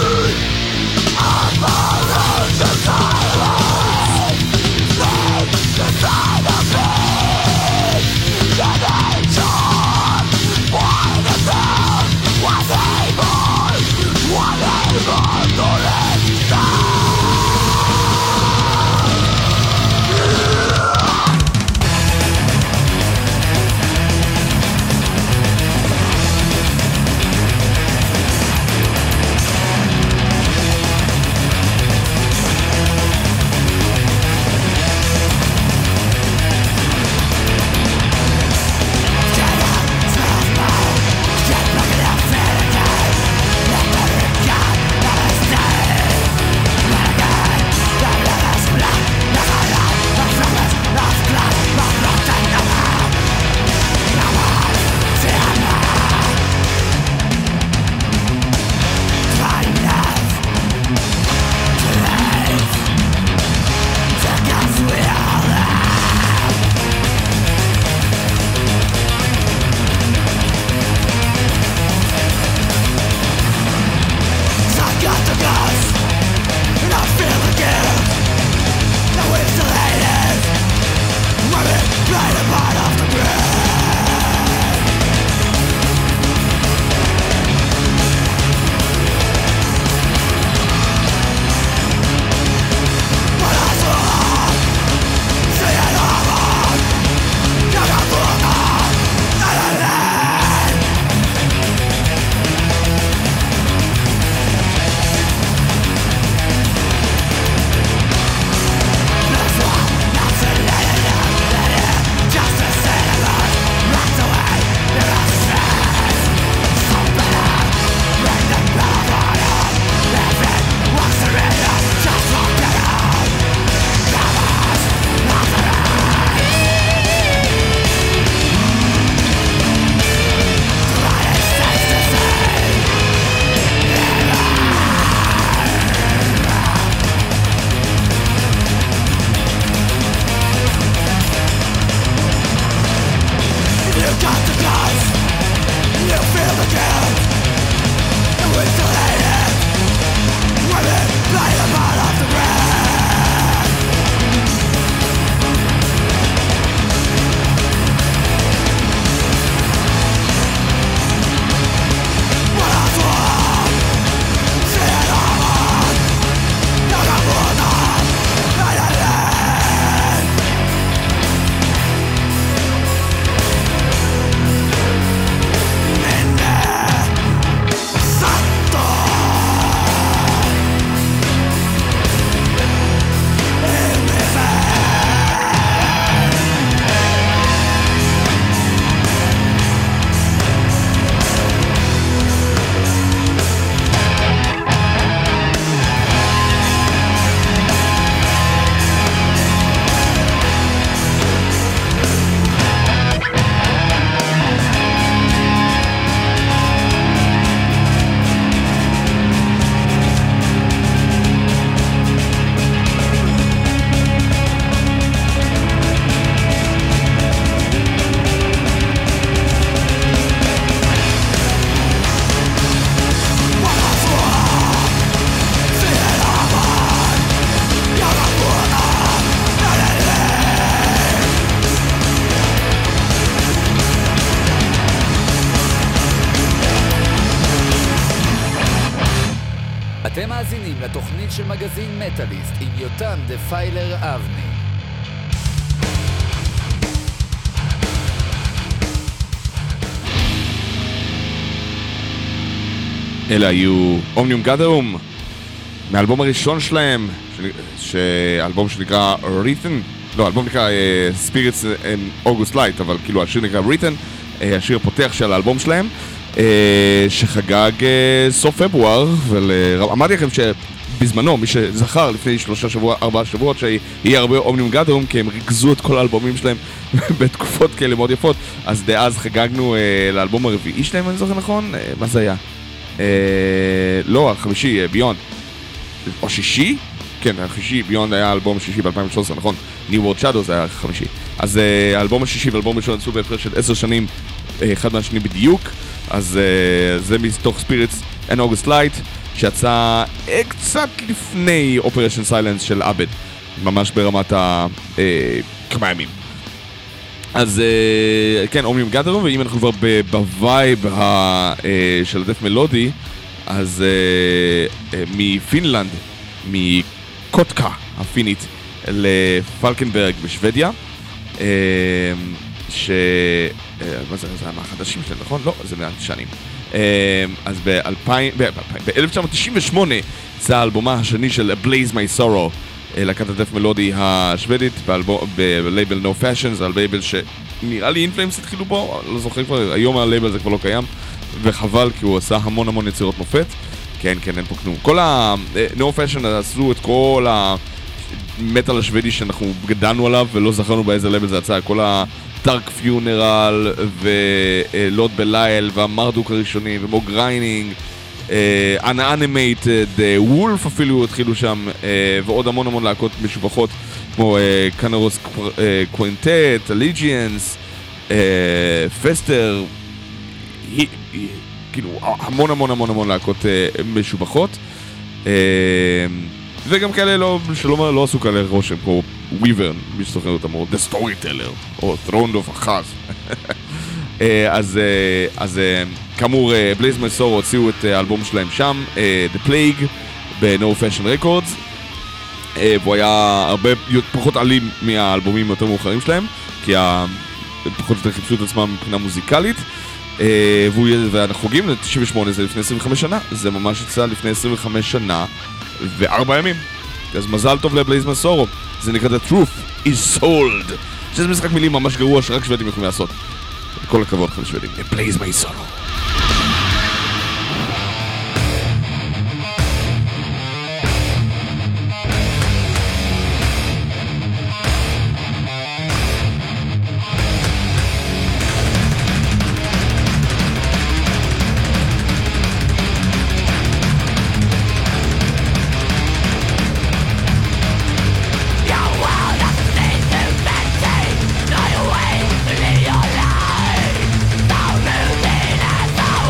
Speaker 1: אתם מאזינים לתוכנית של מגזין מטאליסט עם יותם דפיילר אבני.
Speaker 2: אלה היו אומניום גאדרום מהאלבום הראשון שלהם, שהאלבום שנקרא רית'ן, לא, האלבום נקרא uh, Spirits and August Light, אבל כאילו השיר נקרא רית'ן, uh, השיר הפותח של האלבום שלהם, uh, שחגג uh, סוף פברואר, ואמרתי לכם שבזמנו, מי שזכר לפני שלושה שבוע, ארבעה שבועות, שיהיה הרבה אומניום גאדרום, כי הם ריכזו את כל האלבומים שלהם בתקופות כאלה מאוד יפות, אז דאז חגגנו uh, לאלבום הרביעי שלהם, אני זוכר נכון? Uh, מה זה היה? Uh, לא, החמישי, ביונד. או שישי? כן, החמישי, ביונד היה האלבום השישי ב-אלפיים ושלוש עשרה, נכון? New World Shadows היה החמישי. אז uh, האלבום השישי והאלבום הראשון עשו בהפרש של עשר שנים, uh, אחד מהשני בדיוק. אז uh, זה מתוך Spirits and August Light, שיצא uh, קצת לפני Operation Silence של עבד, ממש ברמת ה... Uh, כמה ימים. אז uh, כן, אומניום גאדרום, ואם אנחנו כבר בווייב ה, uh, של הדף מלודי, אז uh, uh, מפינלנד, מקוטקה הפינית לפלקנברג בשוודיה, uh, ש... Uh, מה זה? זה היה מהחדשים שלהם, נכון? לא, זה מעט שנים. Uh, אז ב-אלף תשע מאות תשעים ושמונה זה האלבומה השני של Blaze My Sorrow, להקת הדף מלודי השוודית, בלייבל No Fashion, זה הלייבל שנראה לי אינפלאמס התחילו בו, לא זוכר כבר, היום הלייבל הזה כבר לא קיים, וחבל כי הוא עשה המון המון יצירות מופת, כן, כן, אין פה כלום. כל ה-No Fashion עשו את כל המטל השוודי שאנחנו גדלנו עליו, ולא זכרנו באיזה לייבל זה יצא, כל ה-Dark Funeral, ולוד בלייל, והמרדוק הראשוני, ומוגריינינג, Unanimated, וולף אפילו התחילו שם, ועוד המון המון להקות משובחות כמו קאנרוס קוינטט, אליג'יאנס, פסטר, כאילו המון המון המון המון להקות משובחות, וגם כאלה לא, שלא לא עשו כאלה רושם כמו וויברן, מי שזוכר אותם, או The Storyteller, או Throne of Achaz. אז, אז כאמור, Blaze My Sorrow הוציאו את האלבום שלהם שם, The Plague, ב-No Fashion Records, והוא היה הרבה פחות אלים מהאלבומים יותר מאוחרים שלהם, כי פחות יותר חיפשו את עצמם מבחינה מוזיקלית, ואנחנו חוגגים ל-תשעים ושמונה, זה לפני עשרים וחמש שנה, זה ממש יצא לפני עשרים וחמש שנה וארבע ימים, אז מזל טוב ל-Blaze My Sorrow, זה נקרא The Truth is Sold, שזה משחק מילים ממש גרוע שרק שוודים יכולים לעשות. כל הכבוד לכם שוודים, Blaze My Sorrow.
Speaker 5: Your way to live your life. Don't lose it at all.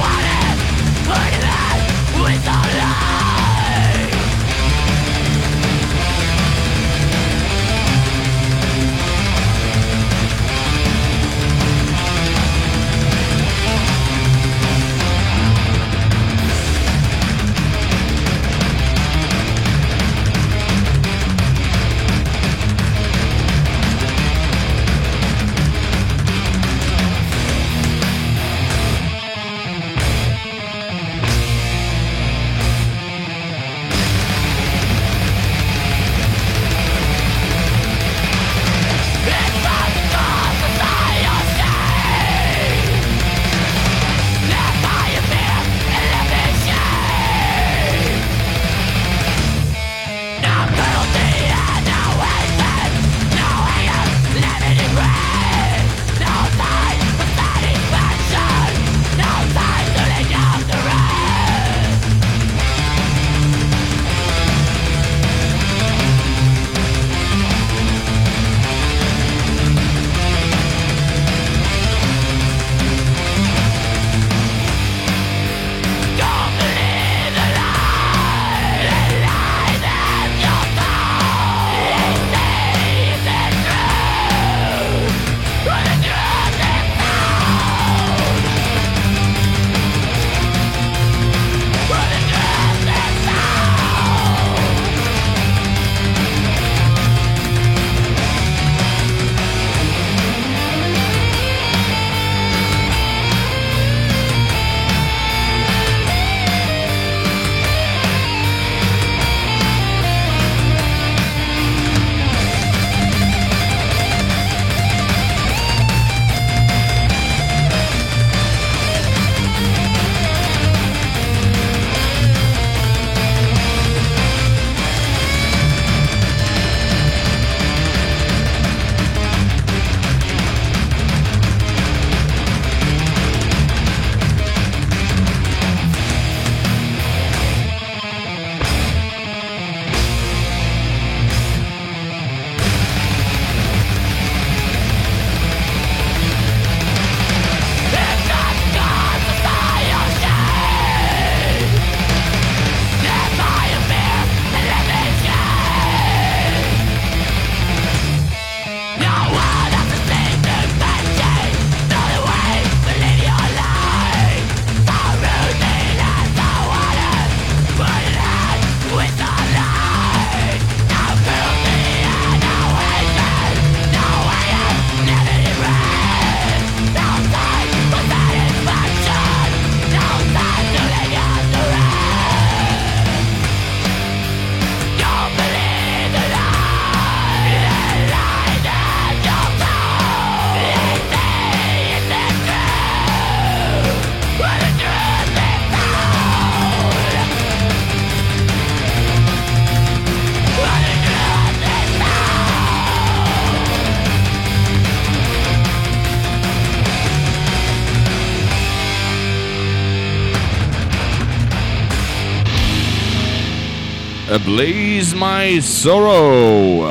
Speaker 2: Blaze My Sorrow.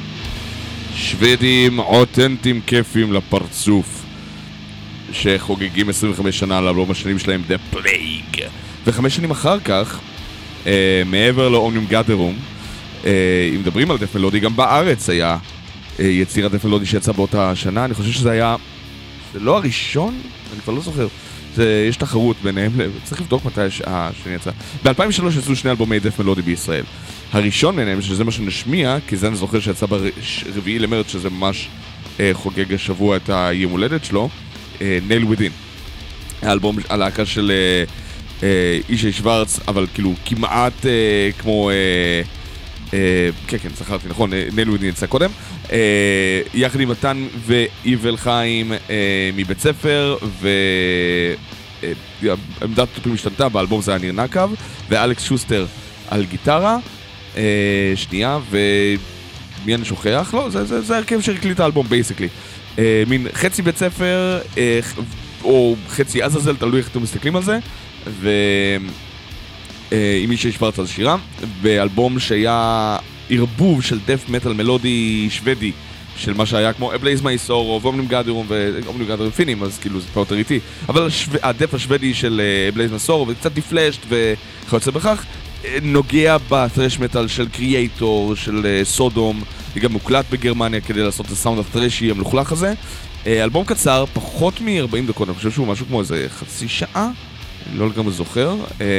Speaker 2: שוודים אותנטיים כיפים לפרצוף שחוגגים עשרים וחמש שנה לאלבום השנים שלהם The Plague. וחמש שנים אחר כך, אה, מעבר לאומניום גאדרום, אה, אם מדברים על דף מלודי, גם בארץ היה אה, יצירת דף מלודי שיצא באותה שנה. אני חושב שזה היה, זה לא הראשון? אני כבר לא זוכר. זה, יש תחרות ביניהם, צריך לבדוק מתי השני יצא. ב-אלפיים ושלוש יצאו שני אלבומי דף מלודי בישראל. הראשון ביניהם, שזה מה שנשמיע, כי זה אני זוכר שיצא ברביעי למרץ, שזה ממש אה, חוגג השבוע את היום הולדת שלו, אה, Nail Within. האלבום, הלהקה של אה, אה, אישי שוורץ, אבל כאילו כמעט אה, כמו... אה, אה, כן, כן, זכרתי, נכון, אה, Nail Within יצא קודם. אה, יחד עם מתן ואיבל חיים אה, מבית ספר, ו... אה, עמדת טופים השתנתה, באלבום זה היה ניר נקב, ואלכס שוסטר על גיטרה. Uh, שנייה, ומי אני שוכח? לא, זה, זה, זה הרכב שהקליט האלבום, בייסיקלי. Uh, מין חצי בית ספר, uh, או חצי עזאזל, תלוי איך אתם מסתכלים על זה, ועם uh, מי שישפרץ על שירה, באלבום שהיה ערבוב של דף מטל מלודי שוודי, של מה שהיה כמו Blaze My Sorrow, ואומנים גאדרום, ואומנים גאדרום פינים, אז כאילו זה כבר יותר איטי, אבל השו... הדף השוודי של uh, Blaze My Sorrow, וקצת דיפלשט וכיוצא בכך, נוגע בטרש מטל של קריאייטור, של סודום, היא גם מוקלט בגרמניה כדי לעשות את הסאונד הטרשי המלוכלך הזה. אלבום קצר, פחות מ-ארבעים דקות, אני חושב שהוא משהו כמו איזה חצי שעה, אני לא לגמרי זוכר,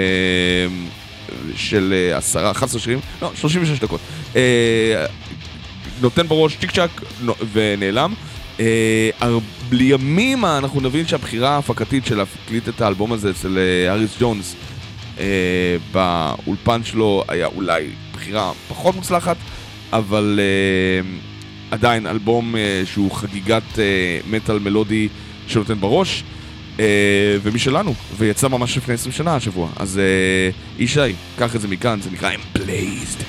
Speaker 2: של עשרה, אחת עשרה שירים, לא, שלושים ושש דקות. נותן בראש צ'יק צ'ק ונעלם. לימים אנחנו נבין שהבחירה ההפקתית של להקליט את האלבום הזה אצל אריס ג'ונס Uh, באולפן שלו היה אולי בחירה פחות מוצלחת, אבל uh, עדיין אלבום uh, שהוא חגיגת uh, מטל מלודי שנותן בראש, uh, ומשלנו, ויצא ממש לפני עשרים שנה השבוע. אז uh, ישי, קח את זה מכאן, זה נקרא Emblazed.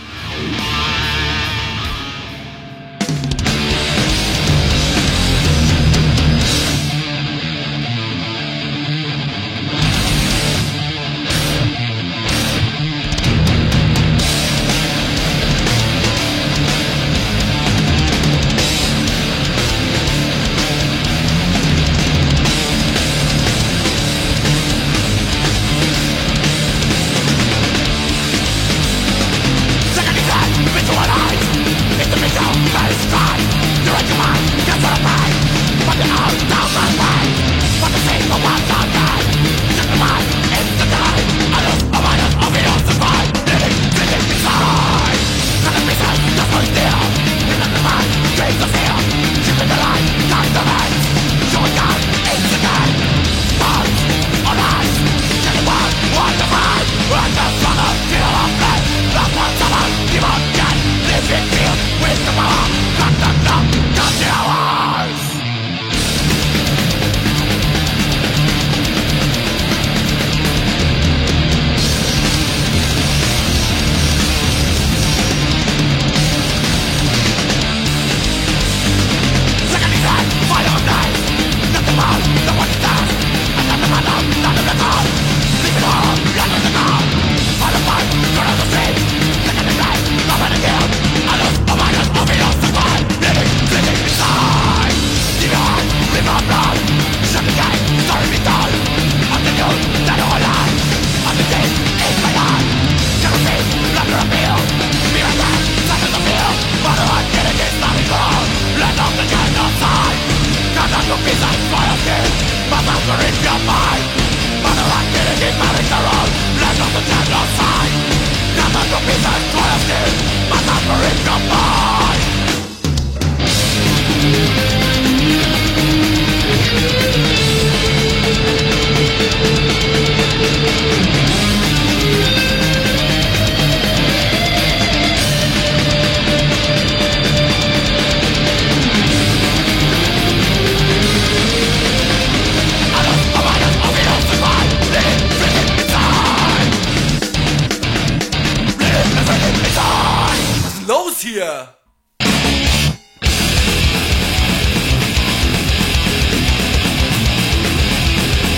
Speaker 5: hier?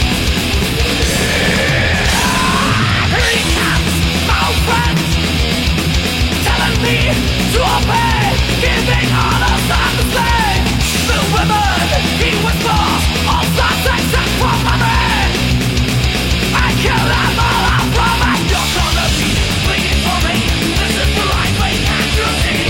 Speaker 3: Here he comes, my friend. me to obey, giving orders on the slave. The women he was lost, all sides except for my man. I kill them all, I promise. You're gonna be bleeding for me. This is the right way, can't you see?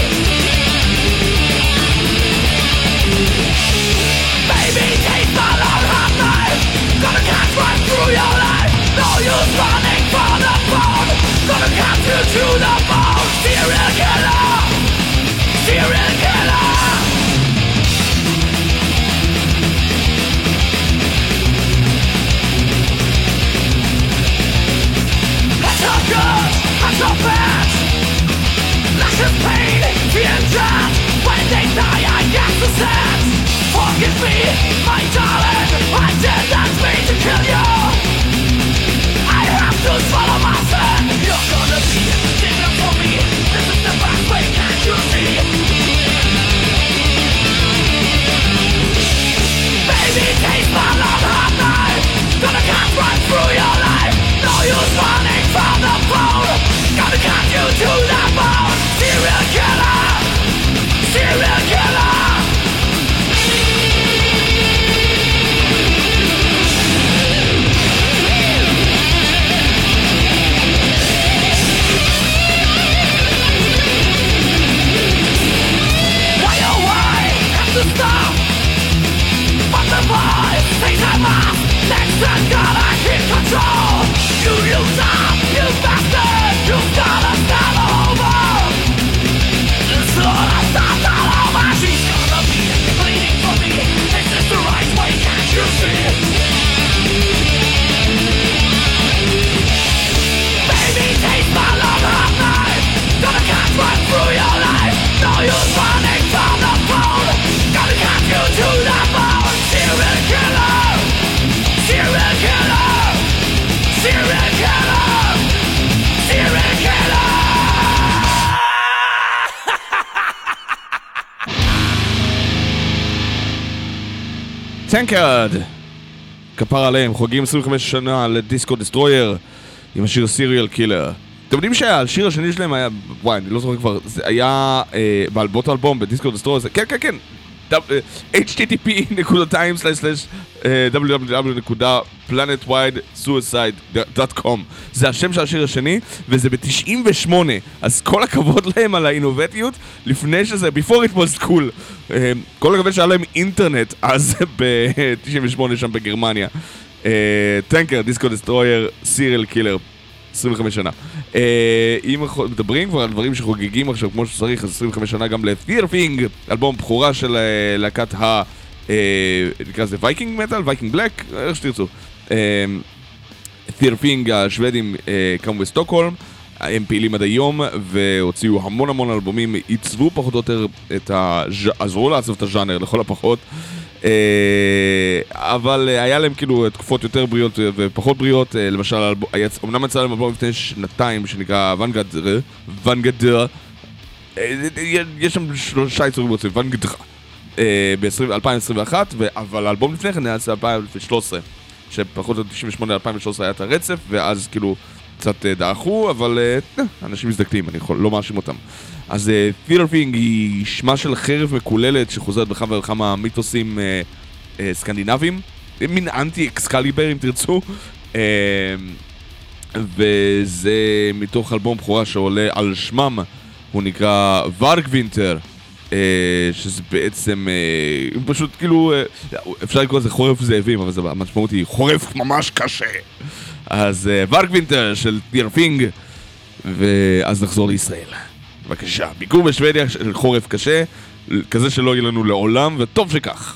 Speaker 3: Baby, taste my love, hot knife. Gonna cut right through your life. No use running for the phone. Gonna cut you to the bone. Serial killer, serial killer. At your good, at your bad. Lashes pain, fear death. When they die I get the sense. Forgive me, my darling, I did not mean to kill you. I have to swallow my sin. You're gonna be different for me. This is the best way, can't you see? Baby, taste my love, hot knife. Gonna cut right through your life. No use running from the phone. Gonna cut you to the bone. Serial killer, serial killer. Stop! But the boys think I must. Next time gotta keep control. You use up, you bastard. You gotta start over. It's gonna start all over. She's gonna be bleeding for me. This is the right way, can't you see? Baby, taste my love, hot knife. Gonna cut right through your life. No use running from the phone. Gonna cut you to the bone. Serial killer, serial killer, serial killer, serial killer.
Speaker 2: טנקרד, כפר עליהם, חוגגים עשרים וחמש שנה לדיסקו דסטרויר עם השיר סיריאל קילר. אתם יודעים שהשיר השני שלהם היה, וואי, אני לא זוכר כבר, זה היה אה, באלבום אלבום בדיסקו דסטרויר, כן, כן, כן, אייץ' טי טי פי נקודה טיים סלש סלש דאבליו דאבליו דאבליו נקודה פלנט ווייד סויסייד דוט קום. זה השם של השיר השני, וזה ב-תשעים ושמונה, אז כל הכבוד להם על האינובטיות, לפני שזה, before it was cool. כל הכבוד שהיה להם אינטרנט, אז ב-תשעים ושמונה שם בגרמניה. טנקר, דיסקו דסטרויר, סיריאל קילר. עשרים וחמש שנה. אם מדברים כבר על דברים שחוגגים עכשיו כמו שצריך, אז עשרים וחמש שנה גם ל-Fearfing, אלבום בחורה של להקת ה... נקרא לזה וייקינג מטל, וייקינג בלק, איך שתרצו. Fearfing, השוודים קמו בסטוקהולם, הם פעילים עד היום והוציאו המון המון אלבומים, עיצבו פחות או יותר את ה... עזרו לעצב את הז'אנר לכל הפחות. אבל היה להם כאילו תקופות יותר בריאות ופחות בריאות, למשל אמנם יצא להם אלבום לפני שנתיים שנקרא ונגדר, ונגדר, יש שם שלושה יצורים רוצים, ונגדר, ב-אלפיים עשרים ואחת, אבל האלבום לפני כן היה ב-אלפיים ושלוש עשרה, שפחות או תשעים ושמונה אלפיים ושלוש עשרה היה את הרצף, ואז כאילו קצת דעכו, אבל אנשים מזדקנים, אני יכול לא מאשים אותם. אז Fearfing היא שמה של חרב מקוללת שחוזרת בכמה וכמה מיתוסים אה, אה, סקנדינביים, מין אנטי אקסקליבר אם תרצו, אה, וזה מתוך אלבום בחורה שעולה על שמם, הוא נקרא ורגווינטר, אה, שזה בעצם אה, פשוט כאילו, אה, אפשר לקרוא לזה חורף זאבים, אבל המשמעות היא חורף ממש קשה. אז אה, ורגווינטר של Fearfing, ואז נחזור לישראל. בבקשה, ביקור בשוודיה של חורף קשה, כזה שלא יהיה לנו לעולם, וטוב שכך.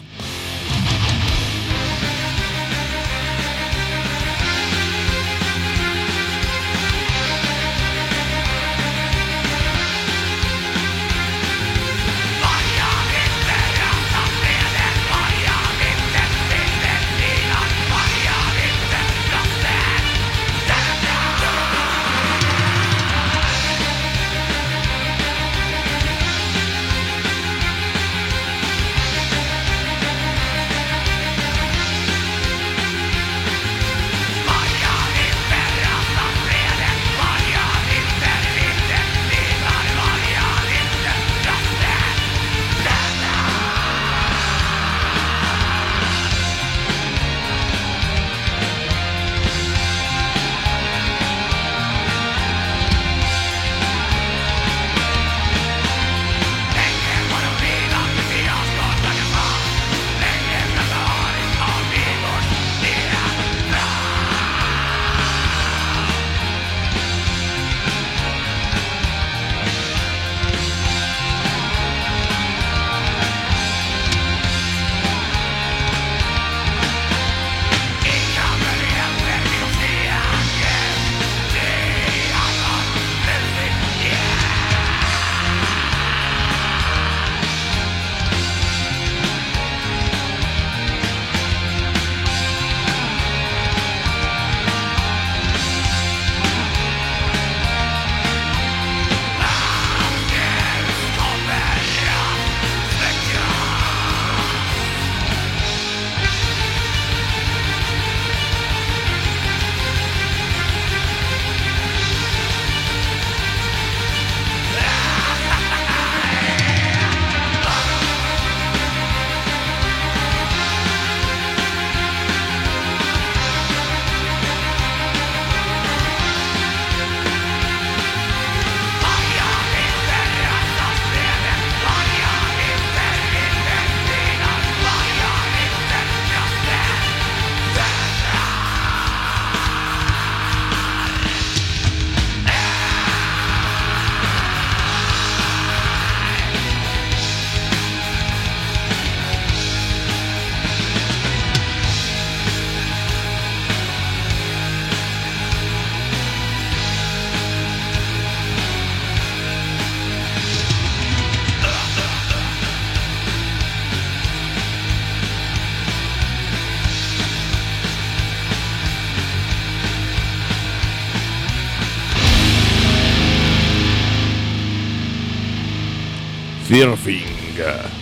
Speaker 2: פירפינג.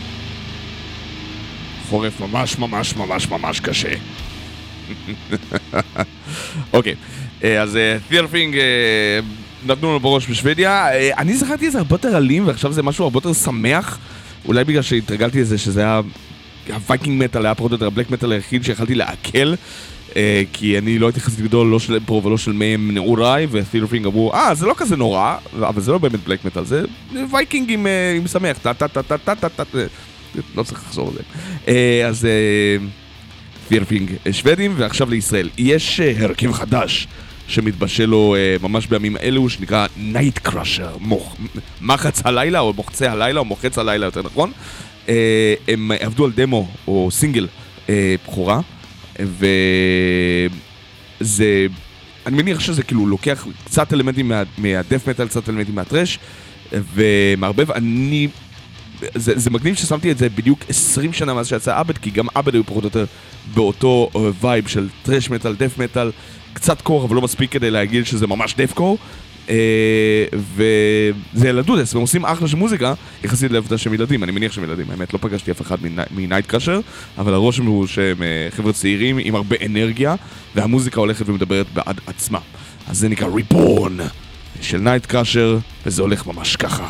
Speaker 2: חורף ממש ממש ממש ממש קשה. אוקיי, אז פירפינג נתנו לנו בראש בשוודיה. אני זכרתי את זה הרבה יותר אלים, ועכשיו זה משהו הרבה יותר שמח. אולי בגלל שהתרגלתי לזה שזה היה... הווייקינג מטל היה פחות או יותר הבלק מטל היחיד שיכלתי לעכל, כי אני לא הייתי חסיד גדול, לא של פרו ולא של מהם נעוריי, ופירפינג אמרו, אה, זה לא כזה נורא, אבל זה לא באמת בלק מטל, זה וייקינג עם שמח, טה טה טה טה טה טה טה, לא צריך לחזור על זה. אז פירפינג שוודים, ועכשיו לישראל. יש הרכב חדש שמתבשל לו ממש בימים אלו, שנקרא נייט קראשר, מחץ הלילה, או מוחצה הלילה, או מוחץ הלילה יותר נכון. הם עבדו על דמו או סינגל בחורה, וזה, אני מניח שזה כאילו לוקח קצת אלמנטים מהדף מטל, קצת אלמנטים מהטרש, ומערבב. אני, זה, זה מגניב ששמתי את זה בדיוק עשרים שנה מאז שיצא אבד, כי גם אבד היו פחות או יותר באותו וייב של טרש מטל, דף מטל, קצת קור, אבל לא מספיק כדי להגיד שזה ממש דף קור. וזה ילדות, הם עושים אחלה של מוזיקה יחסית לעבודה שהם ילדים, אני מניח שהם ילדים, האמת לא פגשתי אף אחד מנייט קראשר, אבל הרושם הוא שהם חבר'ה צעירים עם הרבה אנרגיה, והמוזיקה הולכת ומדברת בעד עצמה. אז זה נקרא ריבורן של נייט קראשר, וזה הולך ממש ככה.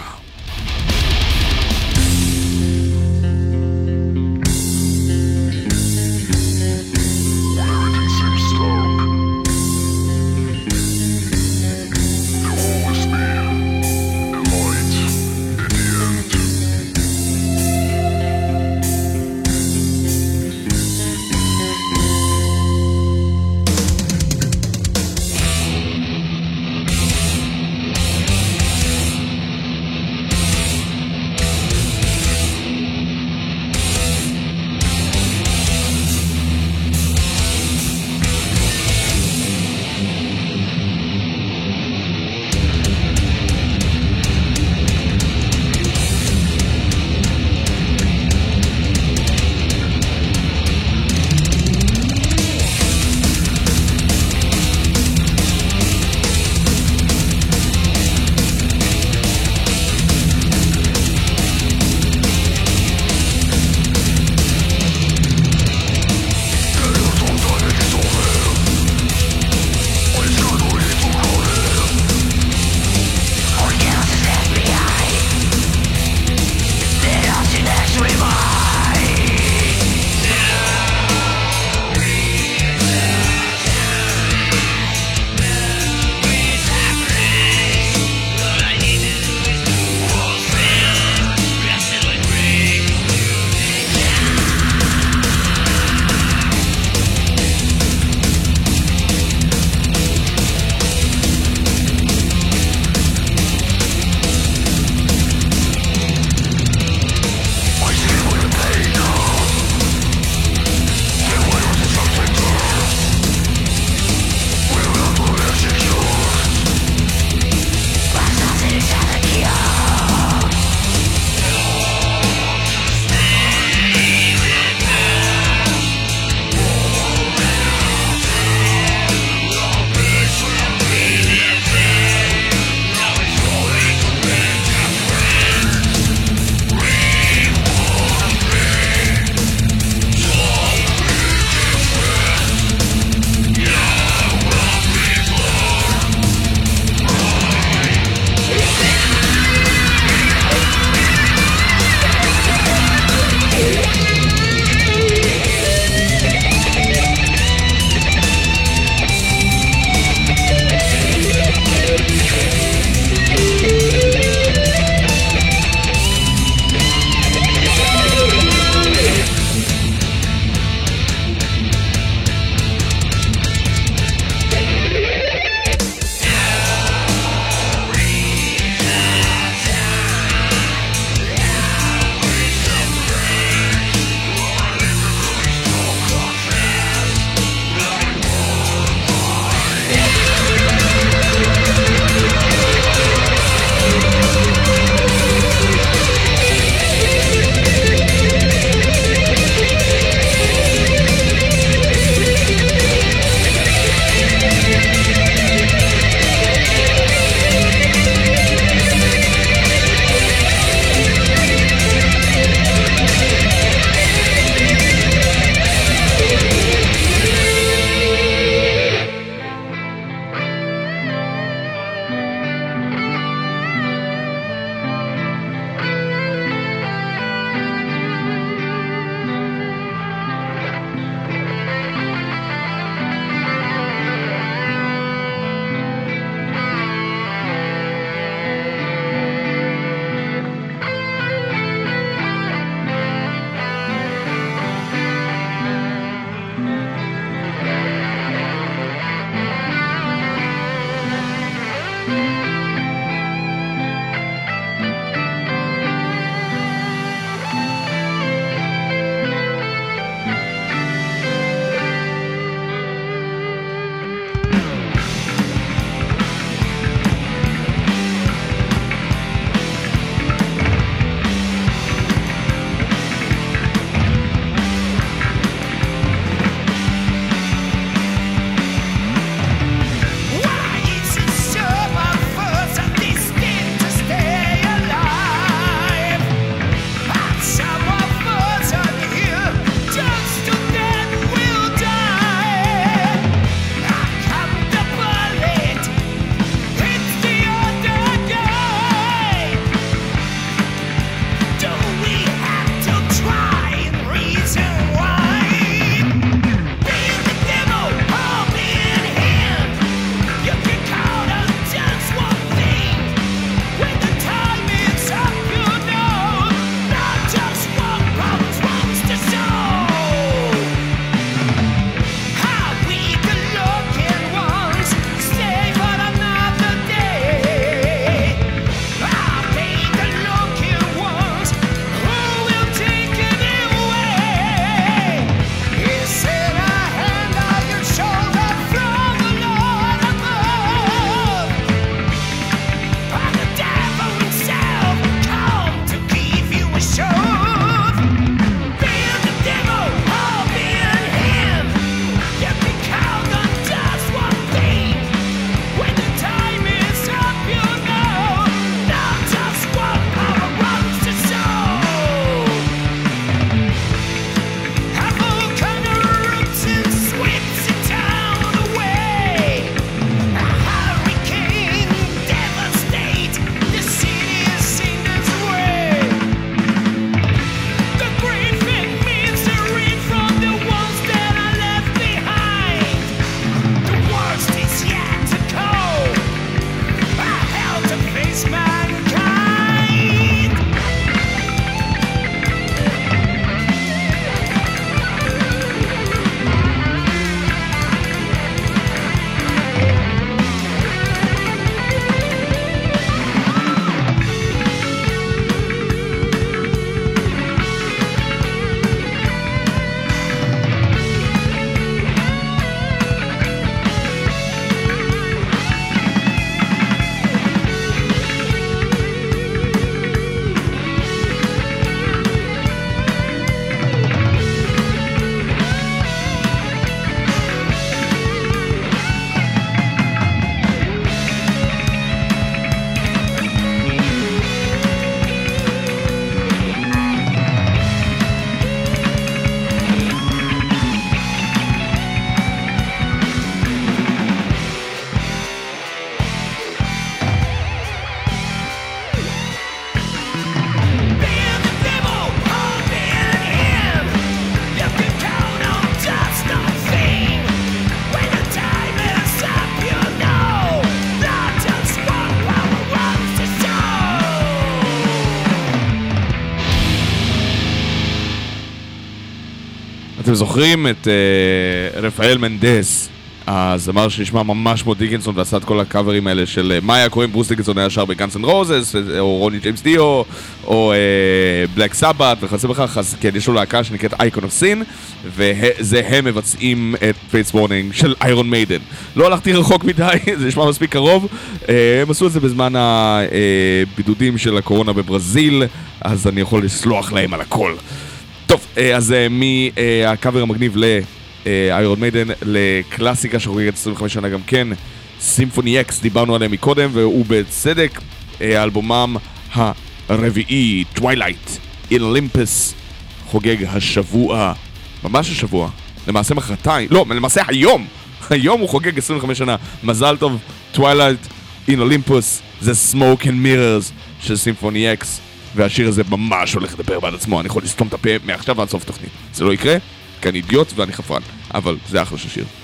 Speaker 2: אתם זוכרים את uh, רפאל מנדס, הזמר שנשמע ממש כמו דיקנסון ועשה את כל הקאברים האלה של מה היה קוראים ברוס דיקנסון היה שר בגאנס אנד רוזס או רוני ג'יימס דיו או בלק סבת וכיוצא בכך. אז כן, יש לו להקה שנקראת אייקון אוף סין, וזה הם מבצעים את פייטס וורנינג של איירון מיידן. לא הלכתי רחוק מדי, זה נשמע מספיק קרוב. הם עשו את זה בזמן הבידודים של הקורונה בברזיל, אז אני יכול לסלוח להם על הכל. טוב, אז מהקאבר המגניב ל... איירון מיידן לקלאסיקה שחוגגת עשרים וחמש שנה גם כן, סימפוני אקס, דיברנו עליהם מקודם והוא בצדק, אלבומם הרביעי, Twilight in Olympus, חוגג השבוע, ממש השבוע, למעשה מחרתיים, לא, למעשה היום, היום הוא חוגג עשרים וחמש שנה. מזל טוב, Twilight in Olympus, זה Smoke and Mirrors של סימפוני אקס, והשיר הזה ממש הולך לדבר בעד עצמו. אני יכול לסתום את הפה מעכשיו ועד סוף תוכנית, זה לא יקרה כי אני אידיוט ואני חפרן, אבל זה אחלה של שיר.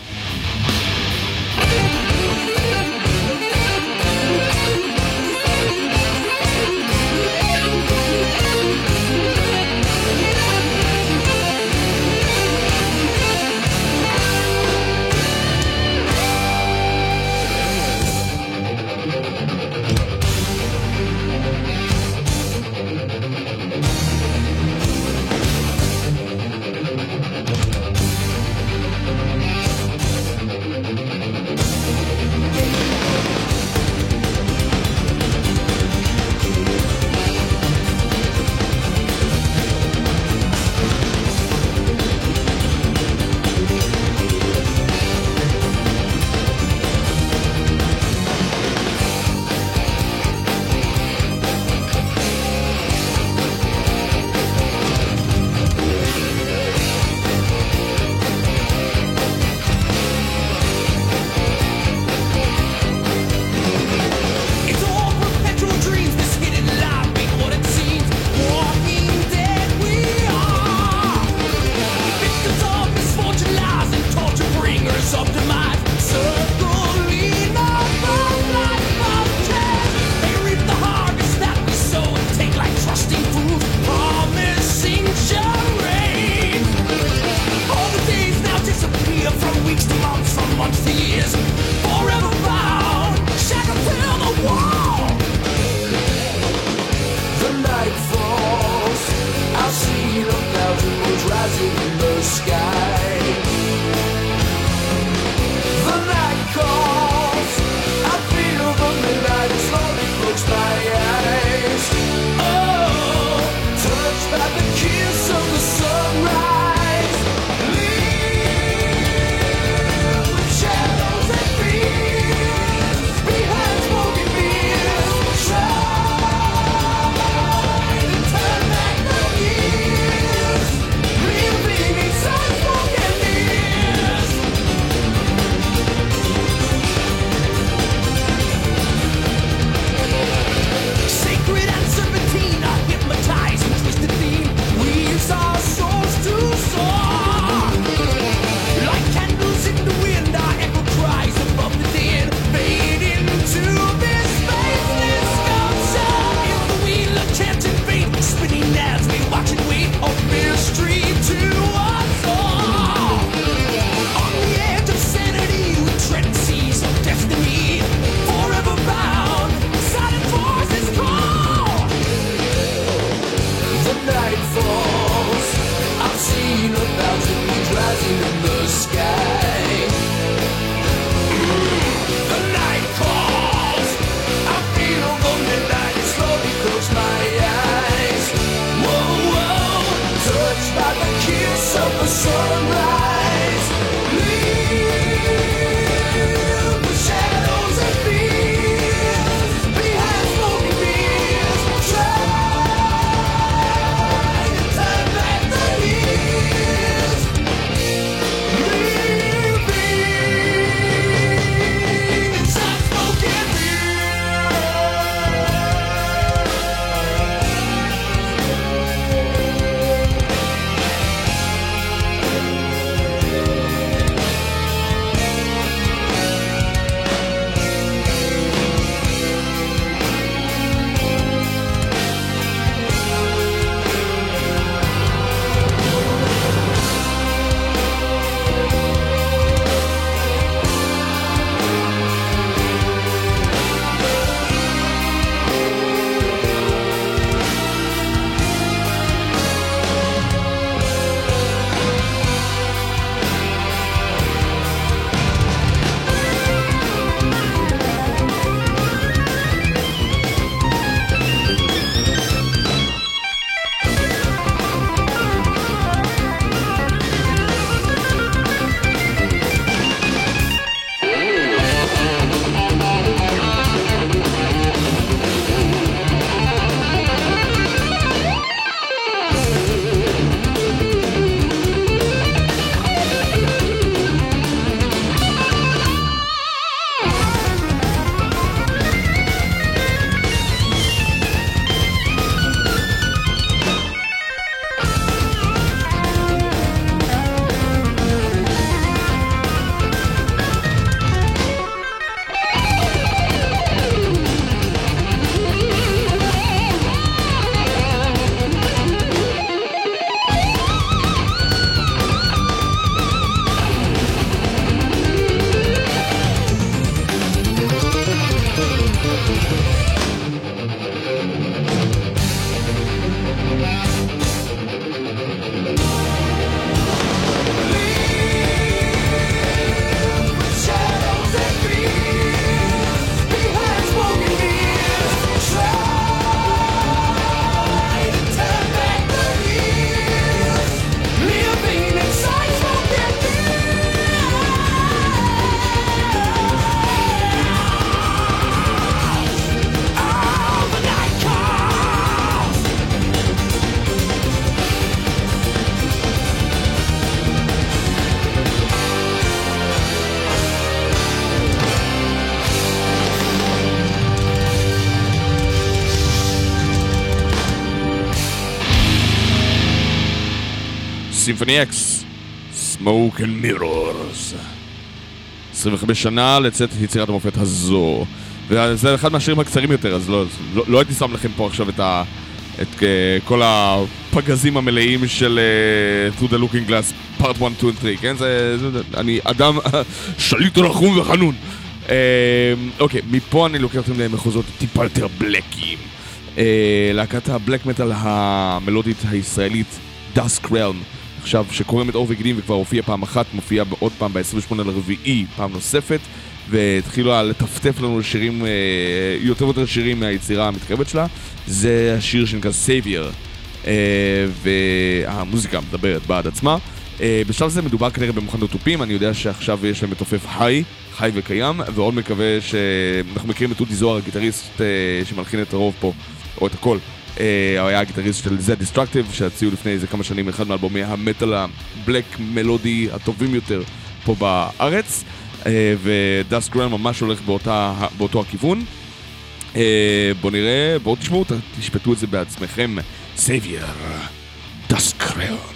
Speaker 2: סימפוני אקס, Smoke and Mirrors. עשרים וחמש שנה לצאת יצירת המופת הזו. וזה אחד מהשירים הקצרים יותר, אז לא, לא, לא הייתי שם לכם פה עכשיו את, ה, את uh, כל הפגזים המלאים של uh, Through the Looking Glass, Part אחת, שתיים ושלוש, כן? זה, זה, אני אדם שליט רחום וחנון. Uh, אוקיי, מפה אני לוקח אתם למחוזות טיפה יותר בלקים. Uh, להקת הבלק מטל המלודית הישראלית, Dusk Realm. עכשיו, שקורמת אור וגידים וכבר הופיע פעם אחת, מופיע עוד פעם ב-עשרים ושמונה לרביעי, פעם נוספת, והתחילו לטפטף לנו שירים, יותר ויותר שירים מהיצירה המתקרבת שלה. זה השיר שנקרא Savior, והמוזיקה מדברת בעד עצמה. בשלב זה מדובר כנראה במוכנות תופים, אני יודע שעכשיו יש להם מתופף חי, חי וקיים, ועוד מקווה שאנחנו מכירים את אודי זוהר, הגיטריסט שמלחין את הרוב פה, או את הכל. הוא היה הגיטריסט של Z Destructive, שהציעו לפני איזה כמה שנים אחד מאלבומי המטל הבלק מלודי הטובים יותר פה בארץ, ודאסק ריאלם ממש הולך באותה, באותו הכיוון. בואו נראה, בואו תשמעו, תשפטו את זה בעצמכם. Savior, Dusk Realm.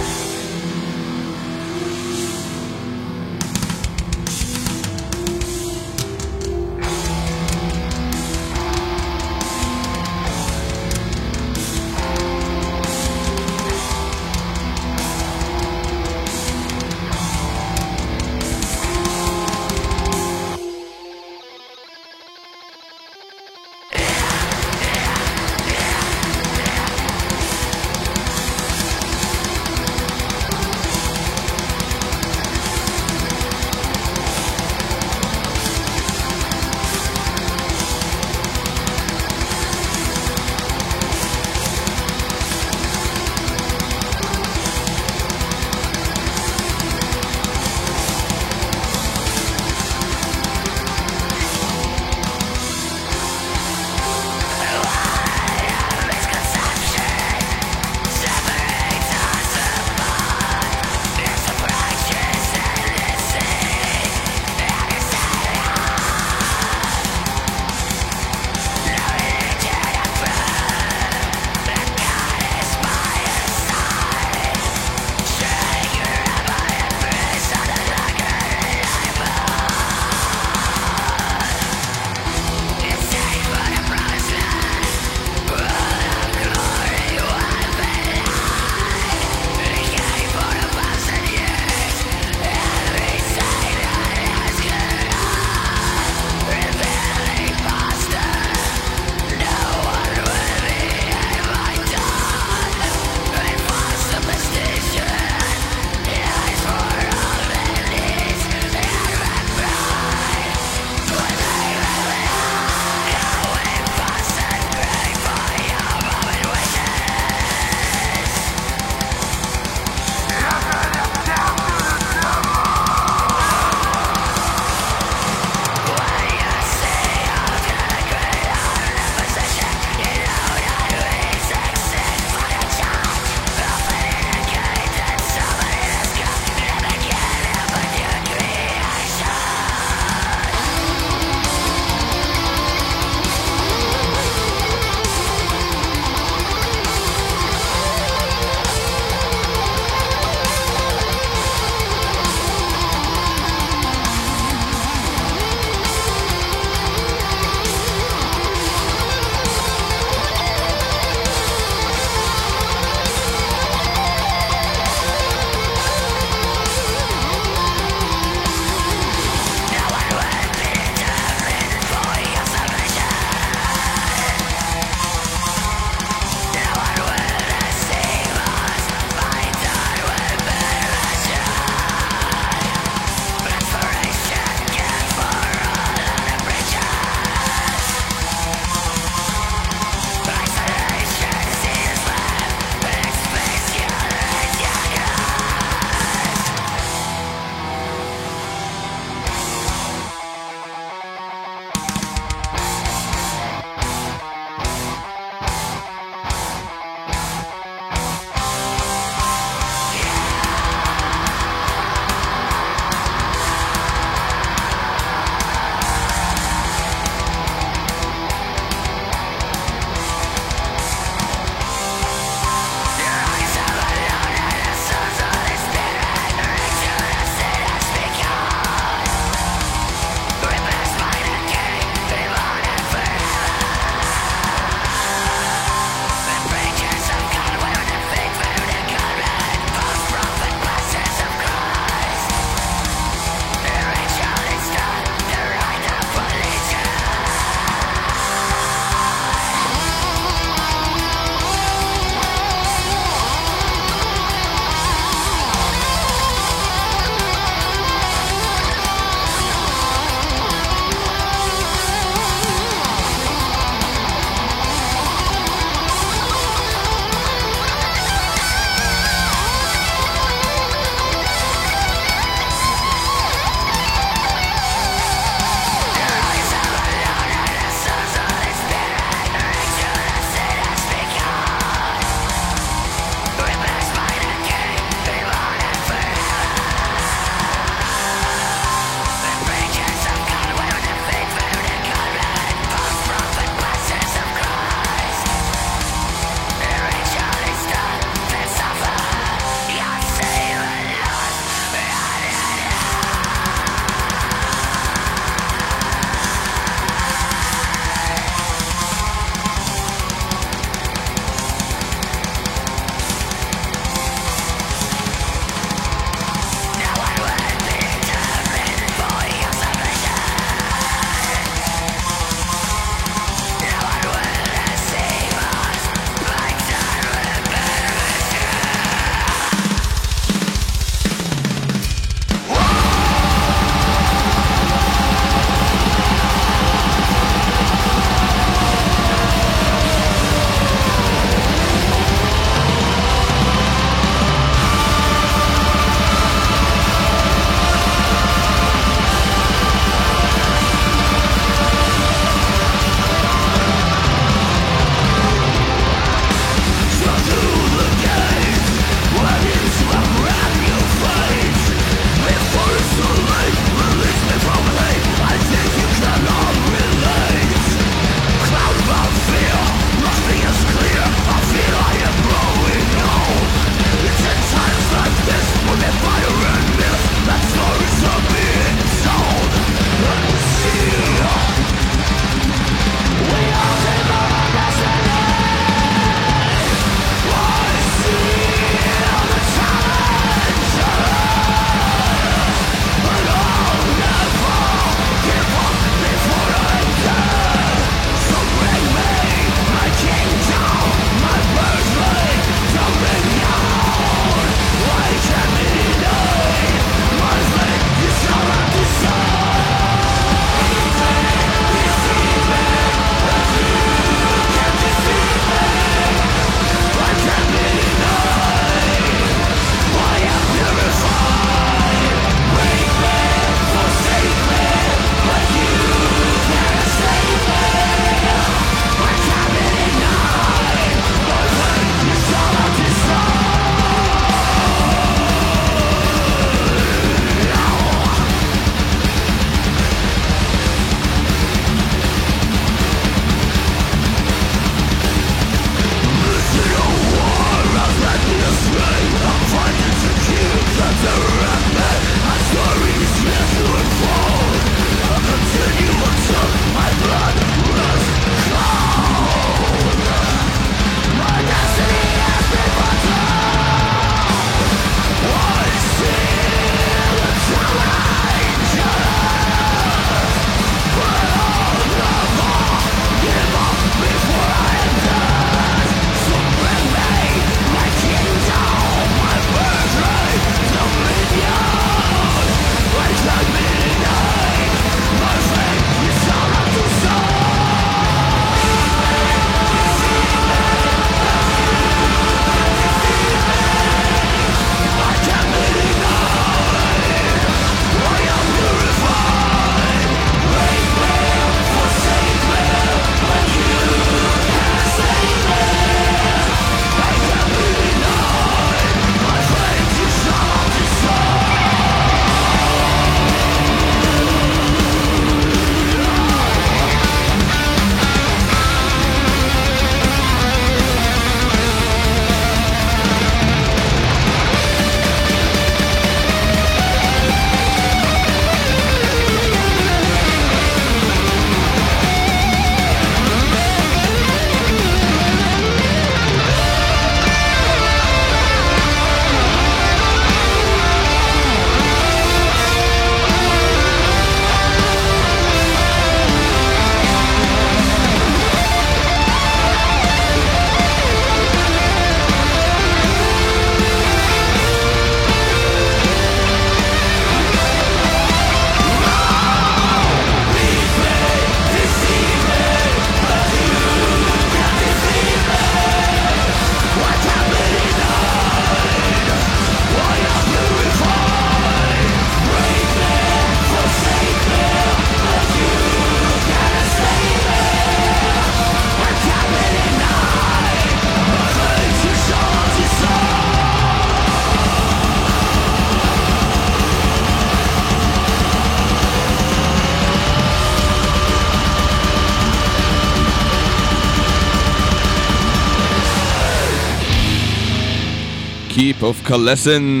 Speaker 2: Keep of Kalesen.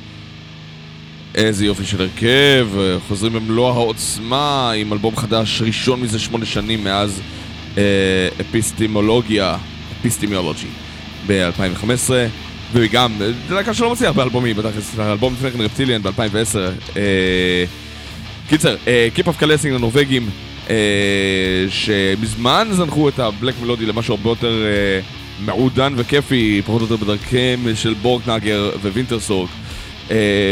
Speaker 2: איזה יופי של הרכב, חוזרים במלוא העוצמה עם אלבום חדש ראשון מזה שמונה שנים מאז אה, אפיסטימולוגיה, אפיסטימיולוגי ב-אלפיים וחמש עשרה, וגם, זה להקה שלא מצליח באלבומים, בטח, האלבום לפני כן רפטיליאן ב-אלפיים ועשר. אה, קיצר, אה, Keep of Kalesen הנורווגים, אה, שמזמן זנחו את הבלק מלודי למשהו הרבה יותר אה, מעודן וכיפי, פחות או יותר בדרכם של בורקנאגר ווינטרסורק. אה,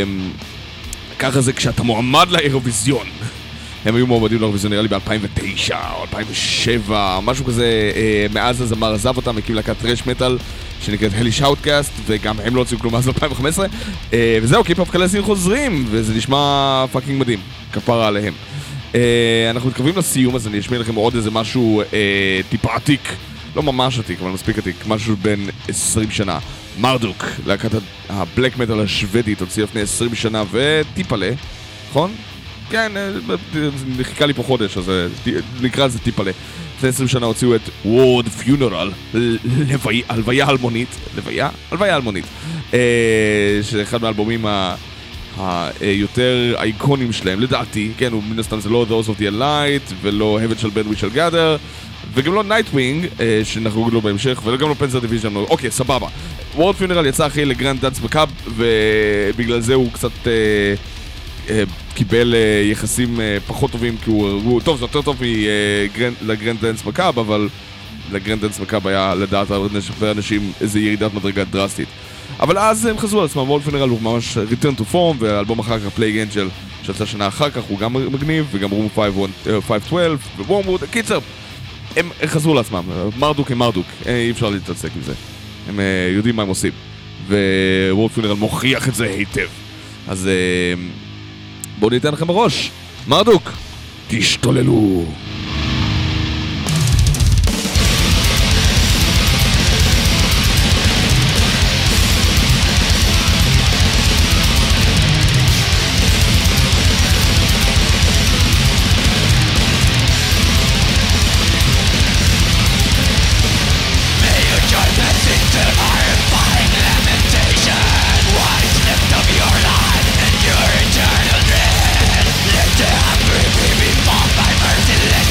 Speaker 2: ככה זה כשאתה מועמד לאירוויזיון. הם היו מועמדים לאירוויזיון נראה לי ב-אלפיים ותשע או אלפיים ושבע, משהו כזה. מאז הזמר עזב אותם, הקים להקת טרש מטל שנקראת הליש אאוטקאסט, וגם הם לא הוציאו כלום מאז אלפיים וחמש עשרה. וזהו, Keep of Kalesen חוזרים, וזה נשמע פאקינג מדהים, כפרה עליהם. אנחנו מתקרבים לסיום, אז אני אשמיע לכם עוד איזה משהו טיפה עתיק, לא ממש עתיק, אבל מספיק עתיק, משהו בין עשרים שנה. מרדוק, להקת הבלק מטל השוודית, הוציא לפני עשרים שנה וטיפלה, נכון? כן, חיכה לי פה חודש, אז נקרא לזה טיפלה. לפני עשרים שנה הוציאו את World Funeral, הלוויה אלמונית, לוויה? הלוויה אלמונית, שזה אחד מהאלבומים היותר אייקונים שלהם, לדעתי, כן, מן הסתם זה לא Those of the Elite, ולא Heaven Shall Bend We Shall Gather, וגם לא Nightwing, שנחגוג לו בהמשך, וגם לא Panzer Division, אוקיי, סבבה. World Funeral יצא אחרי לגרנד דאנס בקאב, ובגלל זה הוא קצת אה, אה, קיבל אה, יחסים אה, פחות טובים, כי הוא, הוא טוב, זה יותר טוב לגרנד דאנס בקאב, אבל לגרנד דאנס בקאב היה לדעת הרבה אנשים איזו ירידת מדרגה דרסטית. אבל אז הם חזרו על עצמם, World Funeral הוא ממש Return to Form, והאלבום אחר כך Plague Angel, שיצא שנה אחר כך, הוא גם מגניב, וגם Room חמש שתים עשרה, ווורמווד, קיצר, הם חזרו לעצמם, מרדוק הם מרדוק, אי אפשר להתעסק עם זה. הם uh, יודעים מה הם עושים, ו-World Funeral מוכיח את זה היטב. אז uh, בואו ניתן לכם בראש. מרדוק, תשתוללו.
Speaker 3: Eternal dread, let the hungry be bought by merciless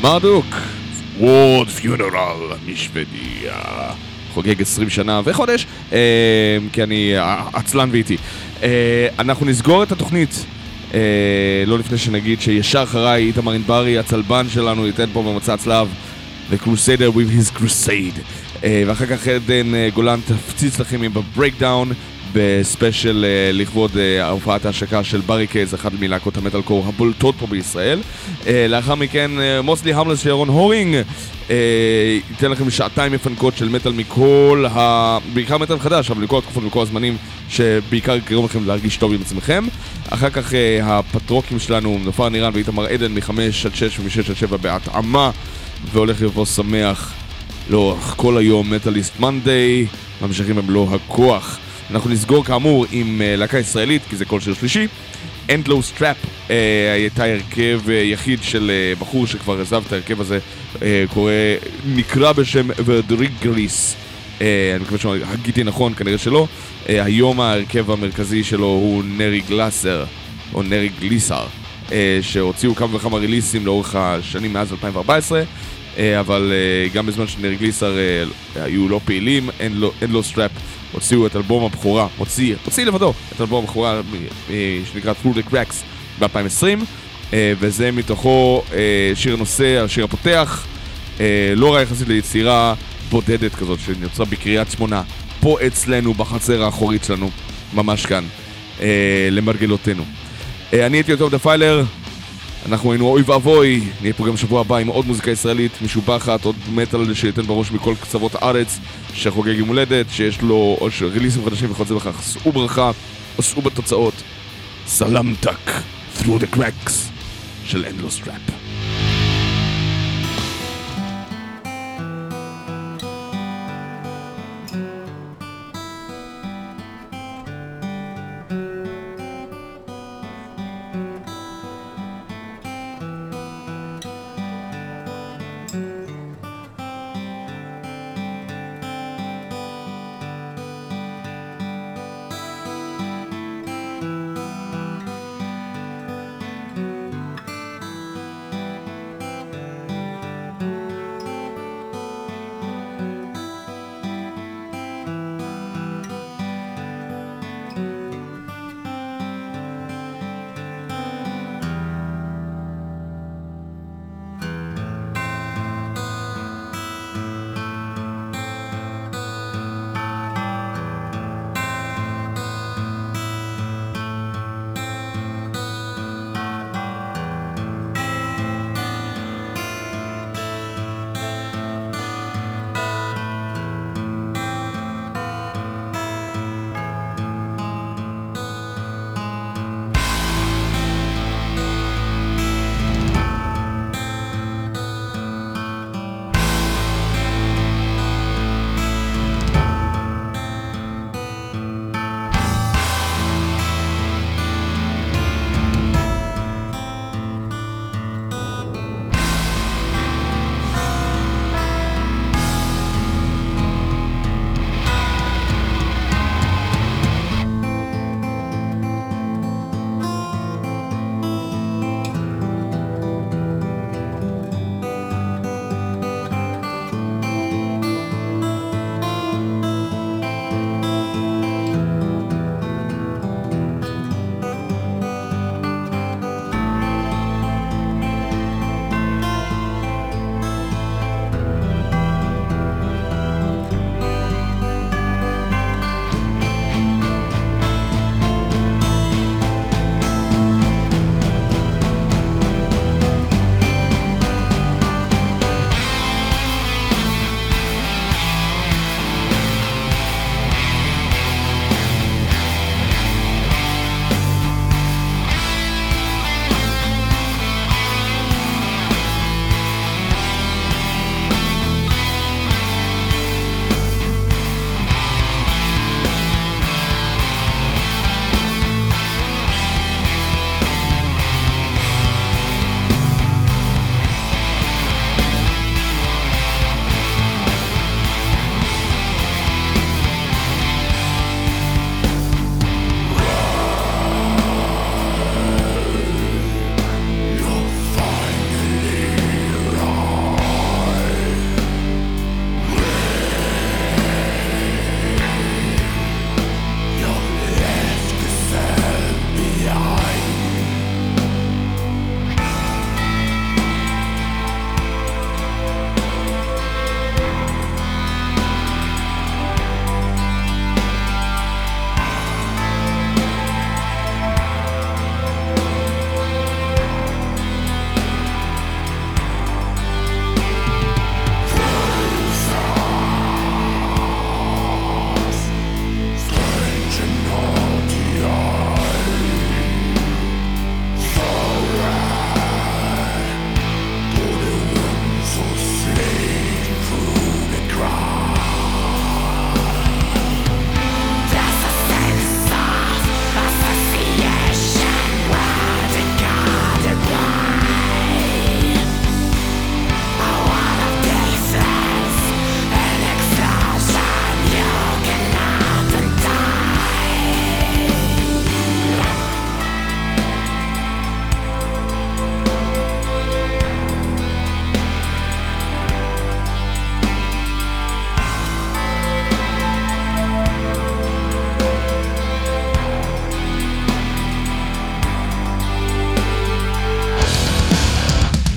Speaker 2: מרדוק, וורד פיונרל משוודיה, חוגג עשרים שנה וחודש, אה, כי אני עצלן ואיתי. אה, אנחנו נסגור את התוכנית, אה, לא לפני שנגיד שישר אחריי איתמר ענברי, הצלבן שלנו, ייתן פה במצע הצלב, The Crusader with his crusade. אה, ואחר כך עדן אה, גולן תפציץ לכם עם בברייקדאון, בספיישל uh, לכבוד uh, הופעת ההשקה של בריקייז, אחד מלהקות המטל קור הבולטות פה בישראל. Uh, לאחר מכן, מוסלי uh, המלס של ירון הורינג uh, ייתן לכם שעתיים מפנקות של מטל מכל ה... בעיקר מטל חדש, אבל מכל התקופות ומכל הזמנים שבעיקר יקראו לכם להרגיש טוב עם עצמכם. אחר כך uh, הפטרוקים שלנו, נופר נירן ואיתמר עדן מחמש עד שש ומשש עד שבע בהתאמה, והולך לבוא שמח לאורך כל היום מטליסט מנדיי, ממשיכים במלוא הכוח. אנחנו נסגור כאמור עם uh, להקה ישראלית, כי זה כל שיר שלישי. Endlow Strap uh, הייתה הרכב uh, יחיד של uh, בחור שכבר עזב את ההרכב הזה, uh, קורא, נקרא בשם ורדריגריס. uh, אני מקווה שהגיתי נכון, כנראה שלא. uh, היום ההרכב המרכזי שלו הוא נרי גלאסר, או נרי גליסר, uh, שהוציאו כמה וכמה ריליסים לאורך השנים מאז אלפיים וארבע עשרה, uh, אבל uh, גם בזמן שנרי גליסר uh, היו לא פעילים, Endlow Strap הוציאו את אלבום הבכורה, הוציא, הוציא לבדו את אלבום הבכורה שנקרא Through the Cracks ב-אלפיים ועשרים, וזה מתוכו שיר נושא, השיר הפותח, לא רע יחסית ליצירה בודדת כזאת שנוצרה בקריית שמונה, פה אצלנו בחצר האחורית שלנו, ממש כאן, למרגלותינו. אני הייתי יותם דפיילר, אנחנו היינו אוי ואבוי, נהיה פה גם שבוע הבא עם עוד מוזיקה ישראלית משובחת, עוד מטל שיתן בראש מכל קצוות הארץ, שחוגג יום הולדת, שיש לו או ריליסים חדשים וכל זה בכך. שאו ברכה, או שאו בתוצאות. סלמתק, Through the Cracks של Endlow Strap.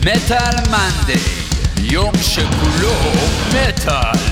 Speaker 1: מטל מנדי, יום שכולו מטל.